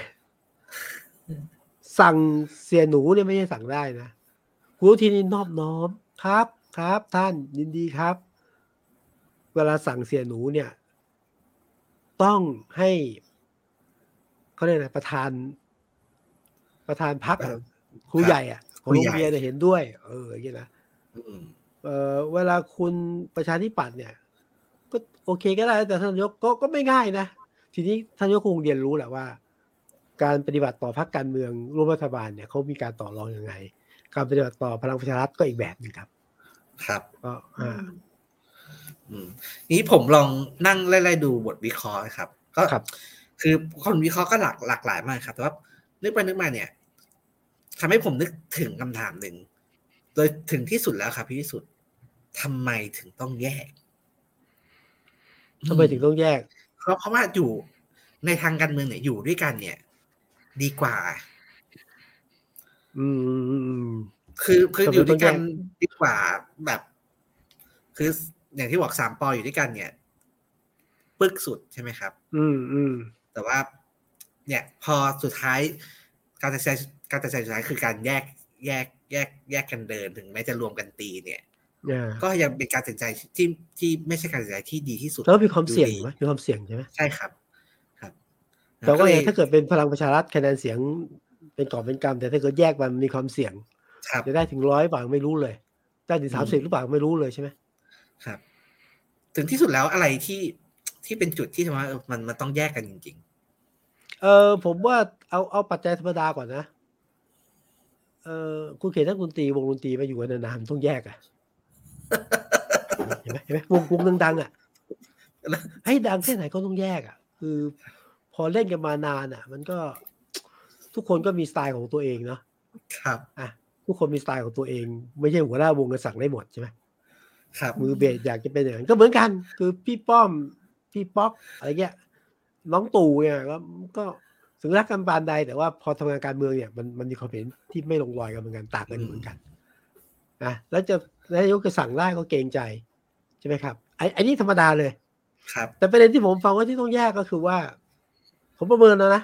สั่งเสียหนูเนี่ยไม่ใช่สั่งได้นะคุณอนุทินนอบน้อมครับครับท่านยินดีครับเวลาสั่งเสียหนูเนี่ยต้องให้เขาเรียกอะไรประธานประธานพรรคครูใหญ่อ่ะของโรงเรียนเห็นด้วยเอออย่างนี้นะเออเวลาคุณประชาธิปัตย์เนี่ยก็โอเคก็ได้แต่ท่านนายกก็ก็ไม่ง่ายนะทีนี้ท่านนายกคงเรียนรู้แหละว่าการปฏิบัติต่อพรรคการเมืองร่วมรัฐบาลเนี่ยเขามีการต่อรองยังไงการปฏิบัติต่อพลังประชารัฐก็อีกแบบนึงครับครับก็อ่าอืมนี้ผมลองนั่งไล่ๆดูบทวิเคราะห์ครับก็คือคนวิเคราะห์ก็หลากหลากหลายมากครับแต่ว่านึกไปนึกมาเนี่ยทำให้ผมนึกถึงคำถามหนึ่งโดยถึงที่สุดแล้วครับพี่ที่สุดทำไมถึงต้องแยกทำไมถึงต้องแยกเพราะเพราะว่าอยู่ในทางการเมืองเนี่ยอยู่ด้วยกันเนี่ยดีกว่าอืมคือคืออยู่ด้วยกันดีกว่าแบบคืออย่างที่บอกสามปออยู่ด้วยกันเนี่ยปึกสุดใช่ไหมครับอืมอืมแต่ว่าเนี่ยพอสุดท้ายการตัดสินใจการตัดสินใจสุดท้ายคือการแยกแยกแยกแยกกันเดินถึงแม้จะรวมกันตีเนี่ยก็ยังเป็นการตัดสินใจที่ที่ไม่ใช่การตัดสินใจที่ดีที่สุดแล้วมีความเสี่ยงไหมมีความเสี่ยงใช่ไหมใช่ครับครับแต่ว่าถ้าเกิดเป็นพลังประชารัฐคะแนนเสียงเป็นกอบเป็นกำแต่ถ้าเกิดแยกมันมีความเสี่ยงจะได้ถึงร้อยบาทไม่รู้เลยได้ถึงสามสิบหรือเปล่าไม่รู้เลยใช่ไหมครับถึงที่สุดแล้วอะไรที่ที่เป็นจุดที่ทำให้มันมันต้องแยกกันจริงๆเออผมว่าเอาเอาปัจจัยธรรมดาก่อนนะเออคุณเขียนนักดนตรีวงดนตรีมาอยู่กันนานๆต้องแยกอ่ะเห็นไหมเห็นไหมวงวงดังๆอ่ะให้ดังแค่ไหนก็ต้องแยกอ่ะคือพอเล่นกันมานานอ่ะมันก็ทุกคนก็มีสไตล์ของตัวเองเนาะครับอ่ะทุกคนมีสไตล์ของตัวเองไม่ใช่หัวหน้าวงจะสั่งได้หมดใช่ไหมครับมือเบสอยากจะเป็นอย่างนั้นก็เหมือนกันคือพี่ป้อมพี่ป๊อกอะไรเงี้ยน้องตู่เนี่ยก็ก็ถึงรักกันปานใดแต่ว่าพอทำงานการเมืองเนี่ยมันมันมีความเห็นที่ไม่ลงรอยกันเหมือนกันต่างกันเหมือนกันนะแล้วจะนายกจะสั่งได้ก็เกรงใจใช่ไหมครับไอ้ไอ้นี่ธรรมดาเลยครับแต่ประเด็นที่ผมฟังว่าที่ต้องแยกก็คือว่าผมประเมินนะนะ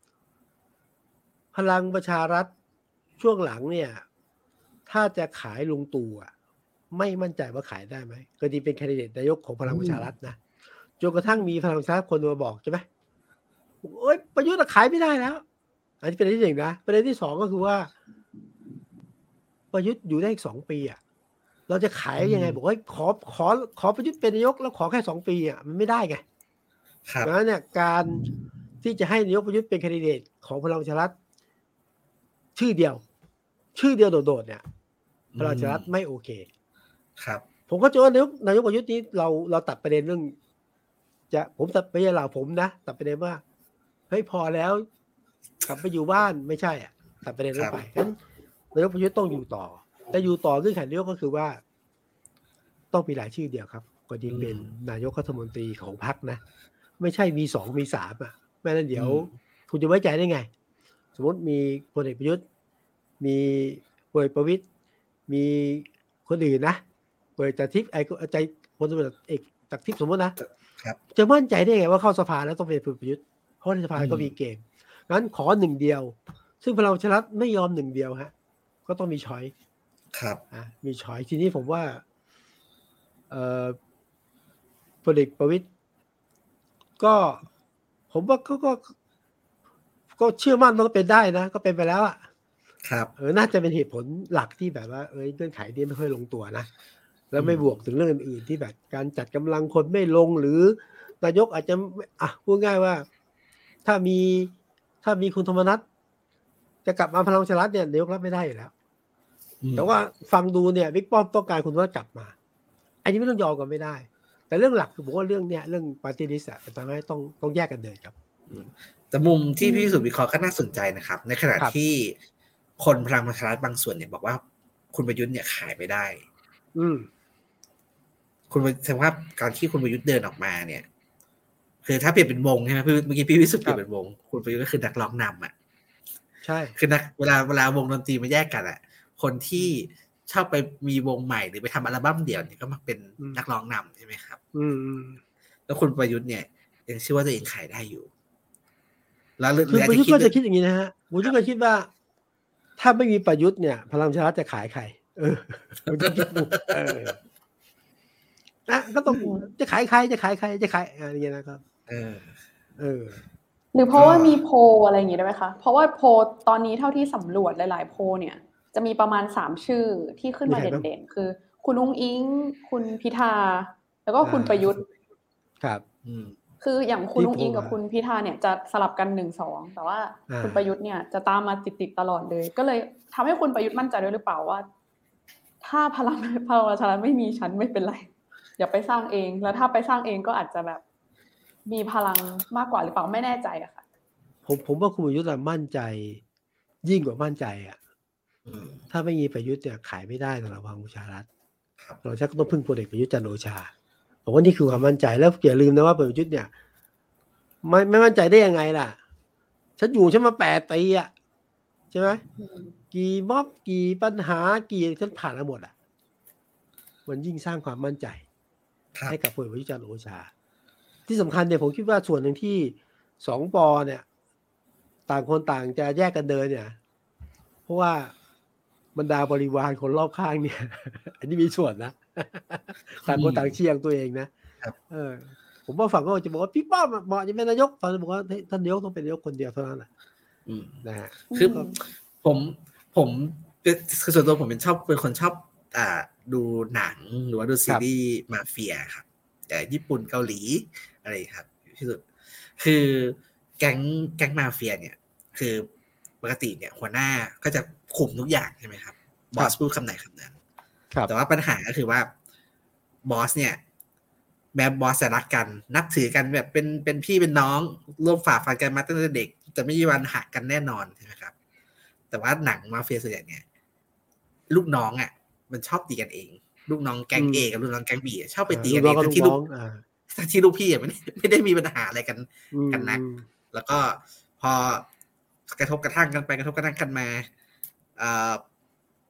พลังประชารัฐช่วงหลังเนี่ยถ้าจะขายลุงตู่อ่ะไม่มั่นใจว่าขายได้ไหมก็ดีเป็นแคนดิเดตนายกของพลังประชารัฐนะจนกระทั่งมีพลังประชารัฐคนมาบอกใช่ไหมโอ๊ยประยุทธ์ขายไม่ได้แล้วอันนี้เป็นประเด็นที่หนึ่งนะประเด็นที่สองก็คือว่าประยุทธ์อยู่ได้อีกสองปีอ่ะเราจะขายยังไงบอกว่าขอขอขอประยุทธ์เป็นนายกแล้วขอแค่สองปีอ่ะมันไม่ได้ไงครับดังนั้นเนี่ยการที่จะให้นายกประยุทธ์เป็นแคนดิเดตของพลังประชารัฐชื่อเดียวชื่อเดียวโดดๆเนี่ยพลังประชารัฐไม่โอเคครับผมก็เจอว่านายกนายกประยุทธ์นี้เราเราตัดประเด็นเรื่องจะผมตัดไม่ใช่เราผมนะตัดประเด็นว่าเฮ้ยพอแล้วกลับไปอยู่บ้านไม่ใช่อ่ะตัดประเด็นนั้นไปงั้นนายกประยุทธ์ต้องอยู่ต่อแต่อยู่ต่อเงื่อนไขนายกก็คือว่าต้องมีหลายชื่อเดียวครับก็จะเป็นนายกรัฐมนตรีของพรรคนะไม่ใช่มีสองมีสามอ่ะไม่งั้นเดี๋ยวคุณจะไว้ใจได้ไงสมมติมีพลเอกประยุทธ์มีพลเอกประวิตรมีคนอื่นนะเปิดจากทิพย์ไอ้ใจพลตำรวจเอกจากทิพย์สมมตินะจะมั่นใจได้ไงว่าเข้าสภาแล้วต้องเป็นพลเอกประยุทธ์เพราะในสภาก็มีเกมงั้นขอหนึ่งเดียวซึ่งพลังประชารัฐไม่ยอมหนึ่งเดียวฮะก็ต้องมีช้อยครับอ่ะมีช้อยทีนี้ผมว่าเอ่อพลเอกประวิตรก็ผมว่าก็ก็ก็เชื่อมั่นว่าก็เป็นได้นะก็เป็นไปแล้วอ่ะครับเออน่าจะเป็นเหตุผลหลักที่แบบว่าเอ้ยเงื่อนไขนี้ไม่ค่อยลงตัวนะแล้วไม่บวกถึงเรื่องอื่นๆที่แบบการจัดกำลังคนไม่ลงหรือนายกอาจจะอ่ะพูดง่ายว่าถ้ามีถ้ามีคุณธรรมนัสจะกลับมาพลังประชารัฐเนี่ยนายกรับไม่ได้อยู่แล้วแต่ว่าฟังดูเนี่ยบิ๊กป้อมต้องการคุณธรรมนัสกลับมาอันนี้ไม่ต้องยอมกันไม่ได้แต่เรื่องหลักคือผมว่าเรื่องเนี้ยเรื่องปาร์ตี้ลิสต์อะทำให้ต้องต้องแยกกันเดินครับแต่มุมที่พี่สุวิเคราะห์ก็น่าสนใจนะครับในขณะที่คนพลังประชารัฐบางส่วนเนี่ยบอกว่าคุณประยุทธ์เนี่ยขายไม่ได้อืมคุณแสดงว่าการที่คุณประยุทธ์เดินออกมาเนี่ยคือถ้าเปลี่ยนเป็นวงใช่ไหมพี่เมื่อกี้พี่วิสุทธิ์เปลี่ยนเป็นวงคุณประยุทธ์ก็คือนักร้องนำอ่ะใช่คือนักเวลาเวลาวงดนตรีมาแยกกันอ่ะคนที่ชอบไปมีวงใหม่หรือไปทำอัลบั้มเดี่ยวเนี่ยก็มักเป็นนักร้องนำใช่ไหมครับอืมแล้วคุณประยุทธ์เนี่ยยังเชื่อว่าตัวเองขายได้อยู่แล้วคือประยุทธ์ก็จะคิดอย่างนี้นะฮะประยุทธ์ก็คิดว่าถ้าไม่มีประยุทธ์เนี่ยพลังประชารัฐจะขายใครเออมันจะคิดดูเออนะก็ต้องจะขายใครจะขายใครจะขายอะไรอย่างเงี้ยนะครับเออเออหรือเพราะว่ามีโพลอะไรอย่างงี้ได้ไหมคะเพราะว่าโพลตอนนี้เท่าที่สำรวจหลายๆโพลเนี่ยจะมีประมาณสามชื่อที่ขึ้นมาเด่นๆคือคุณอุ้งอิงคุณพิธาแล้วก็คุณประยุทธ์ครับคืออย่างคุณอุ้งอิงกับคุณพิธาเนี่ยจะสลับกันหนึ่งสองแต่ว่าคุณประยุทธ์เนี่ยจะตามมาติดๆตลอดเลยก็เลยทำให้คุณประยุทธ์มั่นใจด้วยหรือเปล่าว่าถ้าพลังพลังประชารัฐไม่มีฉันไม่เป็นไรอย่าไปสร้างเองแล้วถ้าไปสร้างเองก็อาจจะแบบมีพลังมากกว่าหรือเปล่าไม่แน่ใจอะค่ะผมผมว่าคุณประยุทธ์มั่นใจยิ่งกว่ามั่นใจอ่ะถ้าไม่มีประยุทธ์เนี่ยขายไม่ได้สำหรับพลังประชารัฐเราจะต้องพึ่งพลเอกประยุทธ์จันทร์โอชาผมว่านี่คือความมั่นใจแล้วอย่าลืมนะว่าประยุทธ์เนี่ยไม่ไม่มั่นใจได้ยังไงล่ะฉันอยู่ฉันมาแปดปีอ่ะใช่ไหมกี่ม็อบกี่ปัญหากี่ฉันผ่านมาหมดอ่ะมันยิ่งสร้างความมั่นใจให้กับพลเอกประยุทธ์จันทร์โอชาที่สำคัญเนี่ยผมคิดว่าส่วนหนึ่งที่สองปอเนี่ยต่างคนต่างจะแยกกันเดินเนี่ยเพราะว่าบรรดาบริวารคนรอบข้างเนี่ยอันนี้มีส่วนนะต่างคนต่างเชียร์ตัวเองนะเออผมว่าฝั่งก็จะบอกว่าพี่ป้อมเหมาะจะเป็นนายกฝั่งจะบอกว่าท่านนายกต้องเป็นนายกคนเดียวเท่านั้นแหละนะฮะคือผมผมคือส่วนตัวผมเป็นชอบเป็นคนชอบอ่าดูหนังหรือว่าดูซีรีส์มาเฟียครับแต่ญี่ปุ่นเกาหลีอะไรครับที่สุดคือแก๊งแก๊งมาเฟียเนี่ยคือปกติเนี่ยหัวหน้าก็จะคุมทุกอย่างใช่ไหมครับบอสพูดคำไหนคำนั้นแต่ว่าปัญหาก็คือว่าบอสเนี่ยแม้บอสจะรักกันนับถือกันแบบเป็นเป็นพี่เป็นน้องร่วมฝ่าฟันกันมาตั้งแต่เด็กจะไม่มีวันหักกันแน่นอนใช่ไหมครับแต่ว่าหนังมาเฟียส่วนใหญ่เนี่ยลูกน้องอ่ะมันชอบตีกันเองลูกน้องแก๊ง A กับลูกน้องแก๊ง B ชอบไปตีกันเองทั้งที่ลูกทั้งที่ลูกพี่อ่ะไม่ไม่ได้มีปัญหาอะไรกันกันนักแล้วก็พอกระทบกระทั่งกันไปกระทบกระทั่งกันมาเอ่อ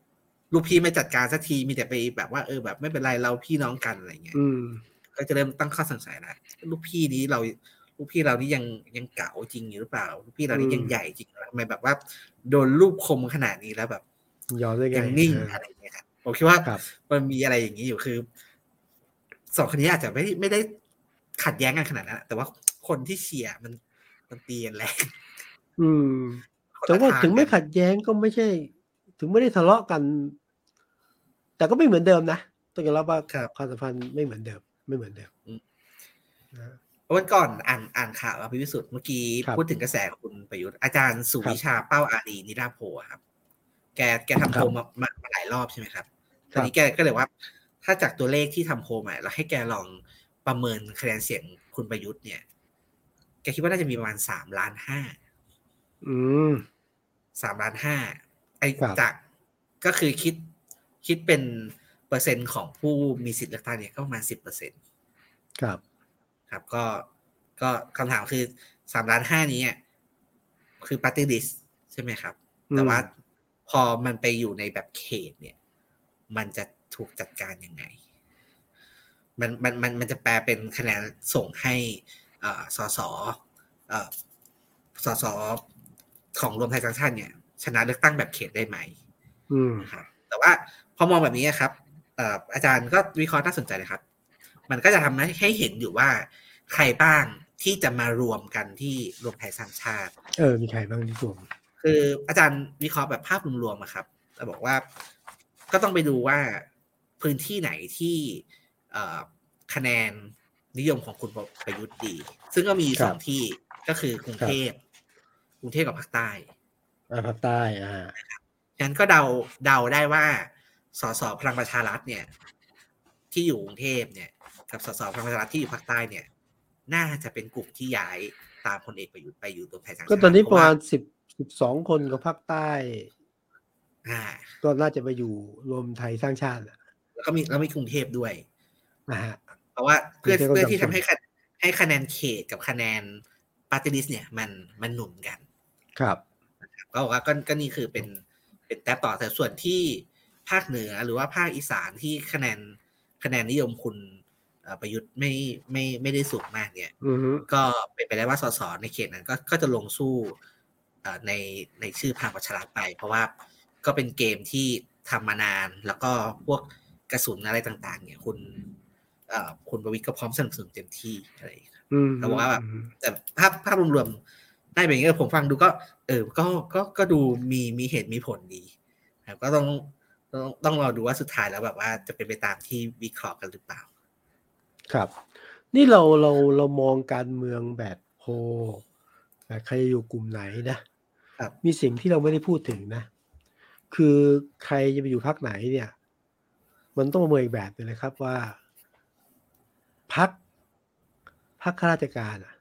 ลูกพี่ไม่จัดการสักทีมีแต่ไปแบบว่าเออแบบไม่เป็นไรเราพี่น้องกันอะไรเงี้ยก็จะเริ่มตั้งข้อสงสัยนะลูกพี่นี้เราลูกพี่เรานี่ยังยังเก๋าจริงอยู่หรือเปล่าลูกพี่เรานี่ยังใหญ่จริงทำไมแบบว่าโดนลูกคมขนาดนี้แล้วแบบยอมได้ไงยังนิ่งอะไรเงี้ยครับผมคิดว่ามันมีอะไรอย่างนี้อยู่คือสองคนนี้อาจจะไม่ไม่ได้ขัดแย้งกันขนาดนั้นแต่ว่าคนที่เชียร์มันมันตีกันแรงอืมแต่ว่าถึงไม่ขัดแย้งก็ไม่ใช่ถึงไม่ได้ทะเลาะกันแต่ก็ไม่เหมือนเดิมนะต้องยอมรับว่าความสัมพันธ์ไม่เหมือนเดิมไม่เหมือนเดิมวันก่อนอ่านอ่านข่าวพิวิสุทธิ์เมื่อกี้พูดถึงกระแสคุณประยุทธ์อาจารย์สุวิชาเป้าอารีนิราโพครับแกแกทำโพลมามาหลายรอบใช่ไหมครับตอนนี้แกก็เลยว่าถ้าจากตัวเลขที่ทำโพลมาเราให้แกลองประเมินคะแนนเสียงคุณประยุทธ์เนี่ยแกคิดว่าน่าจะมีประมาณสามล้านห้าอืมสามล้านห้าไอ้จากก็คือคิดคิดเป็นเปอร์เซ็นต์ของผู้มีสิทธิ์เลือกตั้งเนี่ยก็ประมาณสิบเปอร์เซ็นต์ครับครับก็ก็คำถามคือสามล้านห้านี้คือปาร์ตี้ลิสต์ใช่ไหมครับแต่ว่าพอมันไปอยู่ในแบบเขตเนี่ยมันจะถูกจัดการยังไงมันมันมันมันจะแปลเป็นคะแนนส่งให้อ่าสสอ่าสสของรวมไทยสร้างชาติเนี่ยชนะเลือกตั้งแบบเขตได้ไหมอืมครับแต่ว่าพอมองแบบนี้ครับอาจารย์ก็วิเคราะห์น่าสนใจเลยครับมันก็จะทำให้ให้เห็นอยู่ว่าใครบ้างที่จะมารวมกันที่รวมไทยสร้างชาติเออมีใครบ้างที่รวมคืออาจารย์วิเคราะห์แบบภาพรวมๆครับจะบอกว่าก็ต้องไปดูว่าพื้นที่ไหนที่คะแนนนิยมของคุณประยุทธ์ดีซึ่งก็มีสองที่ก็คือกรุงเทพกรุงเทพกับภาคใต้ภาคใต้อ่าฉะนั้นก็เดาเดาได้ว่าสสพลังประชารัฐเนี่ยที่อยู่กรุงเทพเนี่ยกับสสพลังประชารัฐที่อยู่ภาคใต้เนี่ยน่าจะเป็นกลุ่มที่ย้ายตามพลเอกประยุทธ์ไปอยู่รวมไทยสร้างชาติก็ตอนนี้ประมาณสิบ สิบสองคนกับภาคใต้อ่าก็น่าจะไปอยู่รวมไทยสร้างชาติแล้วก็มีแล้วมีกรุงเทพด้วยนะฮะเพราะว่าเพื่อเพื่อที่ทำให้ให้คะแนนเขตกับคะแนนปาร์ตี้ลิสต์เนี่ยมันมันหนุนกันครับก็บอกว่าก็ก็นี่คือเป็นเป็นแต้มต่อแต่ส่วนที่ภาคเหนือหรือว่าภาคอีสานที่คะแนนคะแนนนิยมคุณประยุทธ์ไม่ไม่ไม่ได้สูงมากเนี่ยก็เป็นไปได้ว่าสสในเขตนั้นก็ก็จะลงสู้ในในชื่อพลังประชารัฐไปเพราะว่าก็เป็นเกมที่ทำมานานแล้วก็พวกกระสุนอะไรต่างๆเนี่ยคุณคุณประวิตรก็พร้อมสนับสนุนเต็มที่อะไรแต่ว่าแบบแต่ภาพภาพรวมๆได้แบบนี้ผมฟังดูก็เออก็ก็ก็ดูมีมีเหตุมีผลดีครับก็ต้องต้องต้องรอดูว่าสุดท้ายแล้วแบบว่าจะเป็นไปตามที่วิเคราะห์กันหรือเปล่าครับนี่เราเราเรามองการเมืองแบบโพแบบใครอยู่กลุ่มไหนนะมีสิ่งที่เราไม่ได้พูดถึงนะคือใครจะไปอยู่พรรคไหนเนี่ยมันต้องประเมินอีกแบบนึงเลยครับว่าพรรคพรรคข้าราชการอ่ะ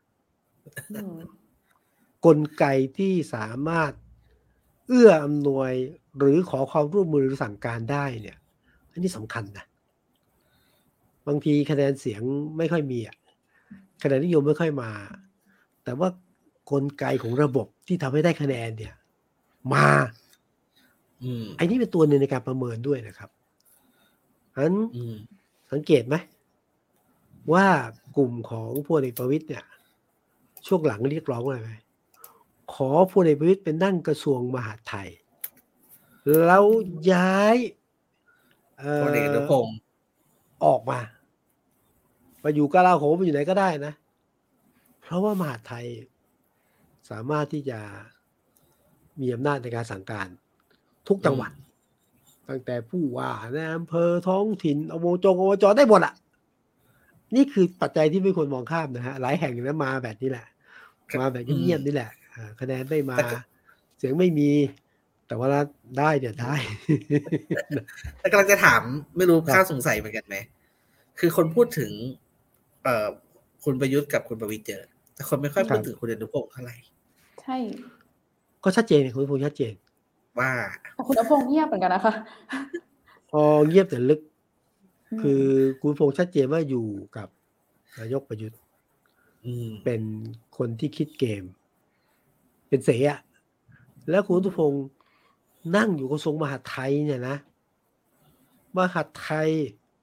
กลไกที่สามารถเอื้ออำนวยหรือขอความร่วมมือหรือสั่งการได้เนี่ยอันนี้สำคัญนะบางทีคะแนนเสียงไม่ค่อยมีอ่ะคะแนนนิยมไม่ค่อยมาแต่ว่ากลไกของระบบที่ทำให้ได้คะแนนเนี่ยมาไอ้นี่เป็นตัวหนึ่งในการประเมินด้วยนะครับอันสังเกตไหมว่ากลุ่มของพลเอกประวิตรเนี่ยช่วงหลังเรียกร้องอะไรไหมขอพลเอกประวิตรเป็นนั่งกระทรวงมหาดไทยแล้วย้ายพลเอกอนุพงศ์ออกมาไปอยู่กลาโหมไปอยู่ไหนก็ได้นะเพราะว่ามหาดไทยสามารถที่จะมีอำนาจในการสั่งการทุกจังหวัดตั้งแต่ผู้ว่าในอำเภอท้องถิ่นอบจอบจได้หมดอ่ะนี่คือปัจจัยที่ไม่ควรมองข้ามนะฮะหลายแห่งนั้นมาแบบนี้แหละมาแบบเงียบๆนี่แหละคะแนนไม่มาเสียงไม่มีแต่ว่าได้เดี๋ยวได้แต่กำลังจะถามไม่รู้ข้าสงสัยเหมือนกันไหมคือคนพูดถึงเอ่อคุณประยุทธ์กับคุณประวิตรเจอแต่คนไม่ค่อยพูดถึงคุณอนุพงศ์เท่าไหร่ใช่ก็ชัดเจนคุณอนุพงศ์ชัดเจนว่าคุณอนุพงศ์เงียบเหมือนกันนะคะพอเงียบแต่ลึกคือคุณอนุพงศ์ชัดเจนว่าอยู่กับนายกประยุทธ์เป็นคนที่คิดเกมเป็นเสอะแล้วคุณอนุพงศ์นั่งอยู่กระทรวงมหาดไทยเนี่ยนะมหาดไทย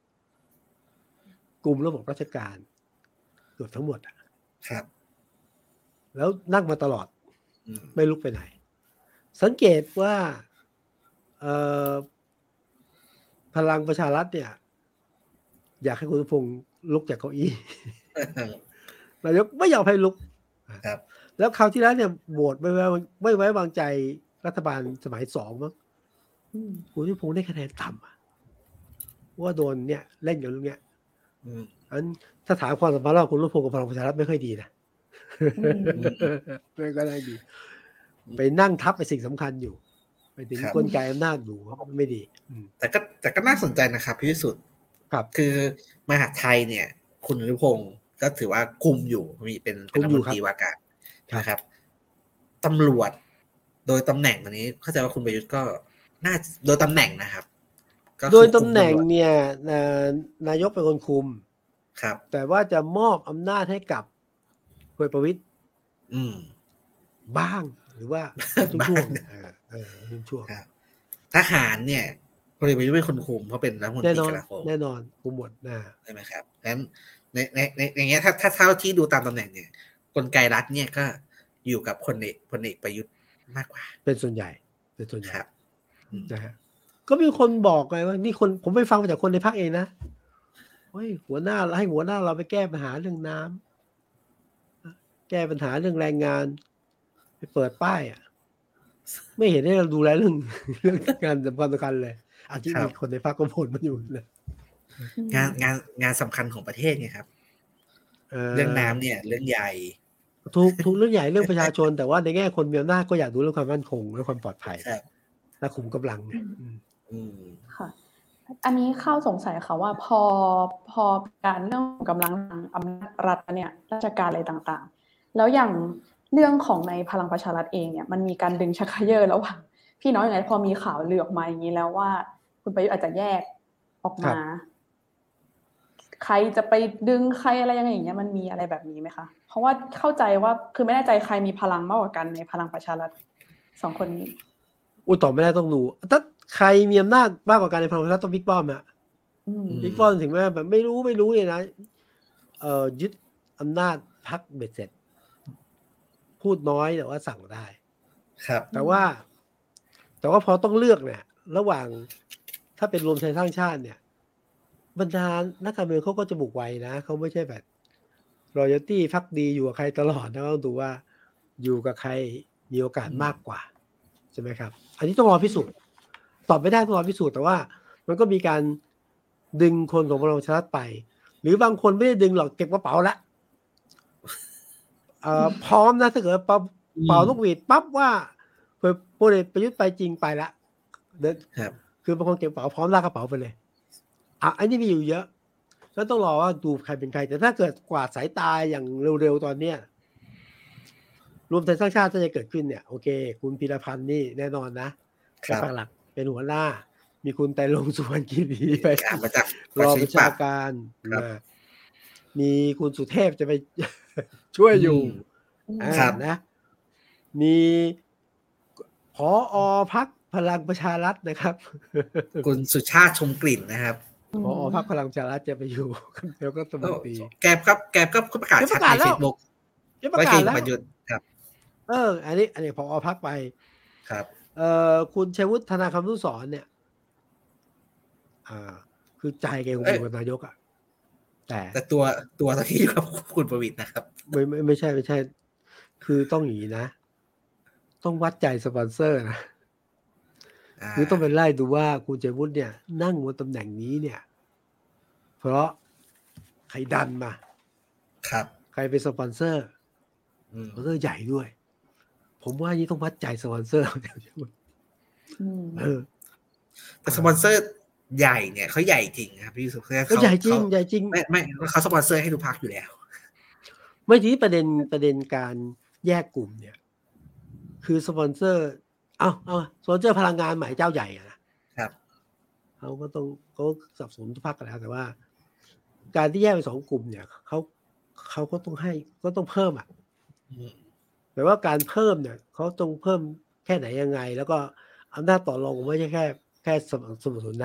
กลุ่มระบบราชการเกือบทั้งหมดอ่ะครับแล้วนั่งมาตลอดไม่ลุกไปไหนสังเกตว่าเอ่อพลังประชารัฐเนี่ยอยากให้คุณพงษ์ลุกจากเก้าอี้นายกไม่ยอมให้ลุกครับแล้วคราวที่แล้วเนี่ยโหวตไม่ไว้ไม่ไว้วางใจรัฐบาลสมัยสองมั้งคุณพงษ์ได้คะแนนต่ำว่าโดนเนี่ยเล่นกับเรื่องเนี้ยอันถ้าถามความสัมพันธ์ระหว่างคุณพงษ์กับพลังประชารัฐไม่ค่อยดีนะไม่ก็ได้ดีไปนั่งทับไปสิ่งสำคัญอยู่ไปถึงกลไกอำนาจอยู่ไม่ดีแต่ก็แต่ก็น่าสนใจนะครับพี่วิสุทธิ์ครับคือมหาไทยเนี่ยคุณอนุพงศ์ก็ถือว่าคุมอยู่มีเป็นเป็นรัฐมนตรีว่าการนะครับตำรวจโดยตำแหน่งอันนี้เข้าใจว่าคุณประยุทธ์ก็น่าโดยตำแหน่งนะครับโดยตำแหน่งเนี่ยนายกเป็นคนคุมครับแต่ว่าจะมอบอำนาจให้กับพลเอกประวิตรบ้างหรือว่าช่วงๆเออช่วงๆทหารเนี่ยพลเอกประยุทธ์เป็นคนคุมเพราะเป็นรัฐมนตรีกลาโหมแน่นอนคุมหมดนะใช่ไหมครับงั้นในในในอย่างเงี้ยถ้าถ้าเท่าที่ดูตามตำแหน่งเนี่ยกลไกรัฐเนี่ยก็อยู่กับพลเอกพลเอกประยุทธ์มากกว่าเป็นส่วนใหญ่เป็นส่วนใหญ่ครับนะฮะก็มีคนบอกไงว่านี่คนผมไปฟังมาจากคนในพรรคเองนะเฮ้ยหัวหน้าให้หัวหน้าเราไปแก้ปัญหาเรื่องน้ำแก้ปัญหาเรื่องแรงงานไปเปิดป้ายอ่ะไม่เห็นให้เราดูแลเรื่องเรื่องงานสำคัญสำคัญเลยอาจจะมีคนในพรรคก็บ่นมาอยู่เลยงานงานงานสำคัญของประเทศไงครับเรื่องน้ำเนี่ยเรื่องใหญ่ทุกทุกเรื่องใหญ่เรื่องประชาชนแต่ว่าในแง่คนมีอำนาจก็อยากดูเรื่องความมั่นคงและความปลอดภัยและคุมกำลังค่ะอันนี้เข้าสงสัยค่ะว่าพอพอการเรื่องกำลังอำนาจรัฐเนี่ยราชการอะไรต่างๆแล้วอย่างเรื่องของในพลังประชารัฐเองเนี่ยมันมีการดึงชักเขย่อระหว่างพี่น้องอย่างไรพอมีข่าวลือออกมาอย่างนี้แล้วว่าคุณประยุทธ์อาจจะแยกออกมาใครจะไปดึงใครอะไรยังไงอย่างเงี้ยมันมีอะไรแบบนี้ไหมคะเพราะว่าเข้าใจว่าคือไม่แน่ใจใครมีพลังมากกว่ากันในพลังประชารัฐสองคนนี้อุ้ยตอบไม่ได้ต้องดูถ้าใครมีอำนาจมากกว่ากันในพลังประชารัฐต้องบิ๊กป้อมอะบิ๊กป้อมถึงแม้แบบไม่รู้ไม่รู้เลยนะเอ่อยึดอำนาจพรรคเบ็ดเสร็จพูดน้อยแต่ว่าสั่งได้ครับแต่ว่าแต่ว่าพอต้องเลือกเนี่ยระหว่างถ้าเป็นรวมไทยสร้างชาติเนี่ยบรรดานักการเมืองเขาก็จะบุกไวนะเขาไม่ใช่แบบรอยัลตี้พักดีอยู่กับใครตลอดนะต้องดูว่าอยู่กับใครมีโอกาสมากกว่าใช่ไหมครับอันนี้ต้องรอพิสูจน์ตอบไม่ได้ต้องรอพิสูจน์แต่ว่ามันก็มีการดึงคนของพลังประชารัฐไปหรือบางคนไม่ได้ดึงหรอกเก็บกระเป๋าละเอ่อพร้อมนะถ้าเกิดเป่าเป่าลูกหวีดปั๊บว่าพลเอกประยุทธ์ไปจริงไปละเดินคือบางคนเก็บกระเป๋าพร้อมลากกระเป๋าไปเลยอ่ะอันนี้มีอยู่เยอะแล้วต้องรอว่าดูใครเป็นใครแต่ถ้าเกิดกวาดสายตาอย่างเร็วๆตอนเนี้ยรวมไทยสร้างชาติจะเกิดขึ้นเนี่ยโอเคคุณพีรพันธ์นี่แน่นอนนะเป็นหลักเป็นหัวหน้ามีคุณไตรรงค์สุวรรณคีรีไปรองประชาการมีคุณสุเทพจะไปช่วยอยู่นะมีผอ.พรรคพลังประชารัฐนะครับคุณสุชาติชมกลิ่นนะครับผอ.พรรคพลังประชารัฐจะไปอยู่แล้วก็ตำรวจตีแกครับแกก็ประกาศชัดในเฟซบุ๊กว่าคือประยุทธ์ครับเอออันนี้อันนี้ผอ.พรรคไปครับเอ่อคุณชัยวุฒิธนาคำนุสรณ์เนี่ยอ่าคือใจแกคงเป็นนายกอ่ะแต่แต่ตัวตัวที่อยู่กับคุณประวิตรนะครับไม่ไม่ไม่ใช่ไม่ใช่คือต้องอย่างนี้นะต้องวัดใจสปอนเซอร์นะคือต้องไปไล่ดูว่าคุณชัยวุฒิเนี่ยนั่งบนตำแหน่งนี้เนี่ยเพราะใครดันมาครับใครเป็นสปอนเซอร์สปอนเซอร์ใหญ่ด้วยผมว่านี่ต้องวัดใจสปอนเซอร์เออแต่สปอนเซอร์ใหญ่เนี่ยเขาใหญ่จริงครับพี่สุขเขาใหญ่จริงใหญ่จริงไม่ไม่เขาสปอนเซอร์ให้ทุกพรรคอยู่แล้วไม่ทีประเด็นประเด็นการแยกกลุ่มเนี่ยคือสปอนเซอร์เอาเอาสปอนเซอร์พลังงานใหม่เจ้าใหญ่นะครับเขาก็ต้องเขาสนับสนุนทุกพรรคกันแล้วแต่ว่าการที่แยกเป็นสองกลุ่มเนี่ยเขาเขาก็ต้องให้ก็ต้องเพิ่มอ่ะแต่ว่าการเพิ่มเนี่ยเขาต้องเพิ่มแค่ไหนยังไงแล้วก็อำนาจต่อรองไม่ใช่แค่แค่สนับสนุนนะ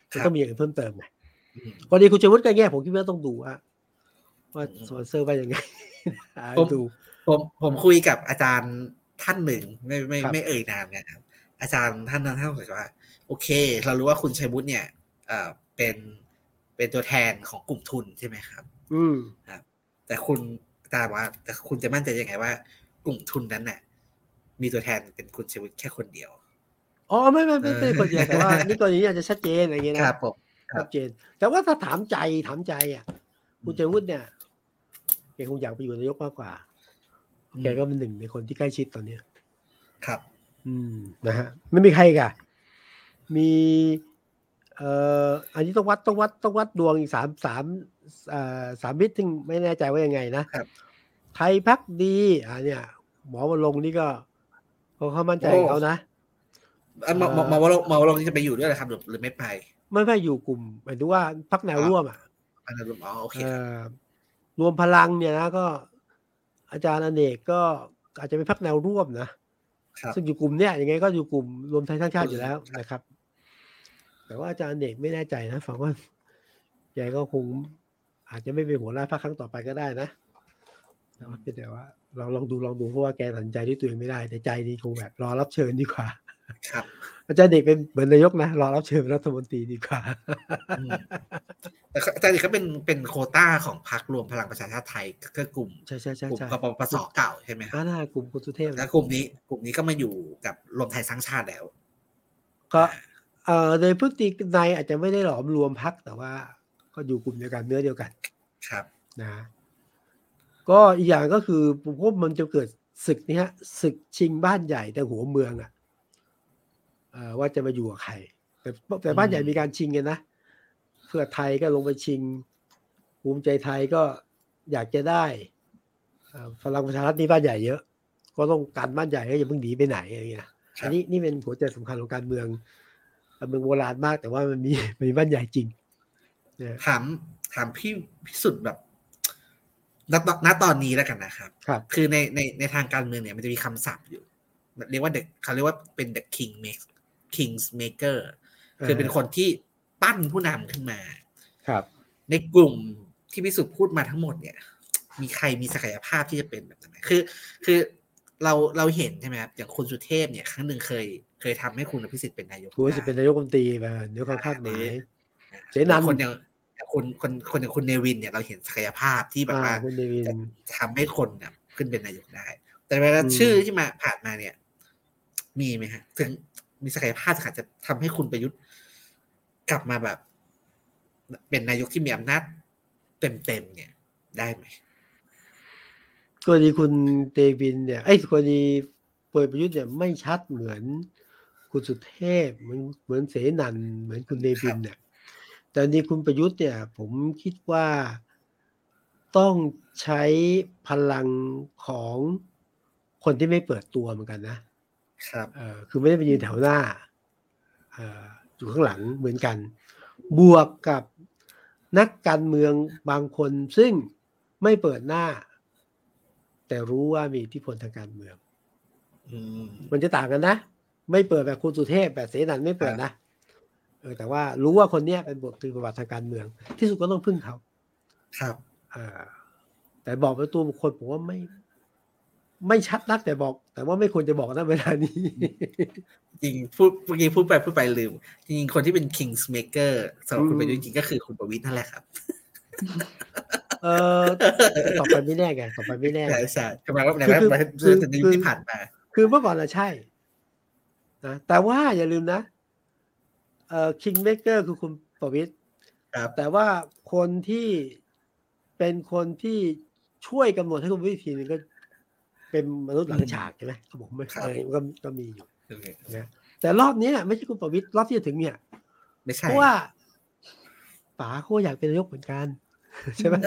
มันต้องมีอย่างอื่นเพิ่มเติมไงกรณีคุณชัยวุฒิก็แง่ผมคิดว่าต้องดูว่าว่าสปอนเซอร์ว่ายังไงผมดูผมผมคุยกับอาจารย์ท่านหนึ่งไม่ไม่ไม่เอ่ยนามนะครับอาจารย์ท่านนั้นท่านบอกว่าโอเคเรารู้ว่าคุณชัยวุฒิเนี่ยเอ่อเป็นเป็นตัวแทนของกลุ่มทุนใช่ไหมครับอืมครับแต่คุณอาจารย์ว่าแต่คุณจะมั่นใจยังไงว่ากลุ่มทุนนั้นน่ะมีตัวแทนเป็นคุณชัยวุฒิแค่คนเดียวอ๋อไม่ไม่ไม่ไม่คนเดียวแต่ว่านี่กรณีอาจจะชัดเจนอะไรเงี้ยนะครับผมชัดเจนแต่ว่าถ้าถามใจถามใจอ่ะคุณชัยวุฒิเนี่ยแกคงอยากไปอยู่นายกมากกว่าแกก็เป็นหนึ่งในคนที่ใกล้ชิดตอนนี้ครับอืมนะฮะไม่มีใครกะมีเอ่ออันนี้ต้องวัดต้องวัดต้องวัดดวงอีกสามสามอ่าสามมิตรซึ่งไม่แน่ใจว่ายังไงนะครับไทยพักดีอ่าเนี่ยหมอวรงค์นี่ก็เขาเขามั่นใจเขานะหมอหมอหมอวรงค์หมอวรงค์จะไปอยู่ด้วยเหรอครับหรือไม่ไปไม่ไม่อยู่กลุ่มหมายถึงว่าพรรคแนวร่วมอ่ะแนวร่วมอ๋อโอเครวมพลังเนี่ยนะก็อาจารย์อเนกก็อาจจะเป็นพรรคแนวร่วมนะซึ่งอยู่กลุ่มเนี้ยยังไงก็อยู่กลุ่มรวมไทยสร้างชาติอยู่แล้วนะครับแต่ว่าอาจารย์อเนกไม่แน่ใจนะฟังว่าแกก็คงอาจจะไม่เป็นหัวหน้าพรรคครั้งต่อไปก็ได้นะแต่ว่าแต่ว่าเราลองดูลองดูเพราะว่าแกตัดสินใจด้วยตัวเองไม่ได้แต่ใจนี่คงแบบรอรับเชิญดีกว่าครับอาจารย์เด็กเป็นเหมือนนายกนะรอรับเชิญรัฐมนตรีดีกว่าแต่อาจารย์เด็กก็เป็นเป็นโควต้าของพรรครวมพลังประชาชาติไทยก็กลุ่มใช่ใช่ใช่กลุ่มกปปสเก่าใช่ไหมครับน่ากลุ่มคุณสุเทพแล้วกลุ่มนี้กลุ่มนี้ก็มาอยู่กับรวมไทยสร้างชาติแล้วก็เอ่อโดยพฤตินัยอาจจะไม่ได้หลอมรวมพรรคแต่ว่าก็อยู่กลุ่มเดียวกันเนื้อเดียวกันครับนะก็อีกอย่างก็คือผมว่ามันจะเกิดศึกนี้ฮะศึกชิงบ้านใหญ่แต่หัวเมืองอ่ะว่าจะมาอยู่กับใครแต่แต่บ้านใหญ่มีการชิงกันนะเพื่อไทยก็ลงไปชิงภูมิใจไทยก็อยากจะได้พลังประชารัฐนี่บ้านใหญ่เยอะก็ต้องการบ้านใหญ่ก็อย่าเพิ่งหนีไปไหนอะไรเงี้ยอันนี้นี่เป็นหัวใจสำคัญของการเมืองเมืองโบราณมากแต่ว่ามันมีมีบ้านใหญ่จริงถามถามพี่พิสุทธิ์แบบณตอนนี้แล้วกันนะครับคือในในในทางการเมืองเนี่ยมันจะมีคำศัพท์อยู่เรียกว่าเด็กเขาเรียกว่าเป็น the king make kings maker คือเป็นคนที่ปั้นผู้นำขึ้นมาครับในกลุ่มที่พิสุทธิ์พูดมาทั้งหมดเนี่ยมีใครมีศักยภาพที่จะเป็นแบบนั้นไหมคือคือเราเราเห็นใช่ไหมครับอย่างคุณสุเทพเนี่ยครั้งหนึ่งเคยเคยทำให้คุณอภิสิทธิ์เป็นนายกคุณอภิสิทธิ์เป็นนายกรัฐมนตรีมาเดี๋ยวเขาคาดหมายเสนาคนอย่างคนคนคนอย่างคุณเนวินเนี่ยเราเห็นศักยภาพที่แบบว่าจะทำให้คนเนี่ยขึ้นเป็นนายกได้แต่เวลาชื่อที่มาผ่านมาเนี่ยมีไหมฮะถึงมีศักยภาพอาจจะทำให้คุณประยุทธ์กลับมาแบบเป็นนายกที่มีอำนาจเต็มๆเนี่ยได้ไหมกรณีคุณเตวินเนี่ยไอ้กรณีพลเอกประยุทธ์เนี่ยไม่ชัดเหมือนคุณสุเทพเหมือนเหมือนเสนันเหมือนคุณเนวินเนี่ยแต่นี่คุณประยุทธ์เนี่ยผมคิดว่าต้องใช้พลังของคนที่ไม่เปิดตัวเหมือนกันนะครับเอ่อคือไม่ได้ไปยืนแถวหน้าเอ่ออยู่ข้างหลังเหมือนกันบวกกับนักการเมืองบางคนซึ่งไม่เปิดหน้าแต่รู้ว่ามีอิทธิพลทางการเมืองมันจะต่างกันนะไม่เปิดแบบคุณสุเทพแบบเสนันไม่เปิดนะเออแต่ว่ารู้ว่าคนเนี้ยเป็นบทประวัติทางการเมืองที่สุดก็ต้องพึ่งเขาครับอ่าแต่บอกเป็นตัวบุคคลผมว่าไม่ไม่ชัดนักแต่บอกแต่ว่าไม่ควรจะบอกนะเวลานี้จริงพูดเมื่อกี้พูดไปพูดไปลืมจริงๆคนที่เป็น kings maker สำหรับคุณประยุทธ์จริงๆก็คือคุณประวิตรนั่นแหละครับเออต่อไปไม่แน่ไงต่อไปไม่แน่ใช่ใช่คือมาแล้วแต่ว่าเรื่องที่ผ่านมาคือเมื่อก่อนอะใช่นะแต่ว่าอย่าลืมนะเอ่อ king maker คือคุณประวิตรแต่ว่าคนที่เป็นคนที่ช่วยกำหนดให้คุณวิธีนึงก็เป็นมนุษย์หลังฉากใช่ไหมเขาบอกไม่เออก็ก็มีอยู่นะแต่รอบนี้ไม่ใช่คุณประวิตรรอบที่จะถึงเนี่ยไม่ใช่เพราะว่าป๋าเขาอยากเป็นนายกเหมือนกันใช่ไหม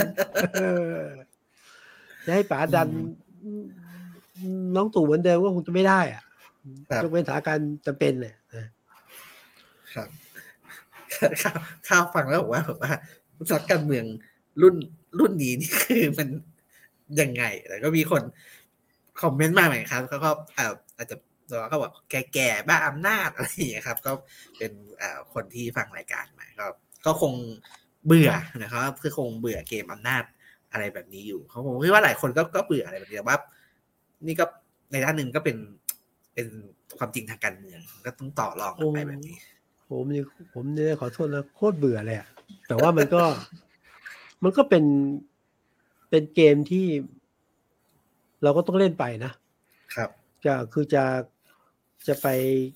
จะให้ป๋าดันน้องตู่เหมือนเดิมก็คงจะไม่ได้อ่ะยกเว้นสถานการณ์จำเป็นเนี่ยครับข้าวฟังแล้วบอกว่าแบบว่านักการเมืองรุ่นรุ่นนี้นี่คือมันยังไงแต่ก็มีคนคอมเมนต์มาเหมือนกันครับเขาก็อาจจะตัวก็บอกแก่ๆบ้าอำนาจอะไรอย่างเงี้ยครับก็เป็นคนที่ฟังรายการมาก็ก็ก็คงเบื่อนะครับคือคงเบื่อเกมอำนาจอะไรแบบนี้อยู่เขาผมคิดว่าหลายคนก็ก็เบื่ออะไรแบบนี้แต่ว่านี่ก็ในด้านหนึ่งก็เป็นเป็นความจริงทางการเมืองก็ต้องต่อรองกันไปแบบนี้ผมนี่ผมเนี่ยขอโทษนะโคตรเบื่อเลยอ่ะแต่ว่ามันก็ มันก็เป็นเป็นเกมที่เราก็ต้องเล่นไปนะครับจะคือจะจะไป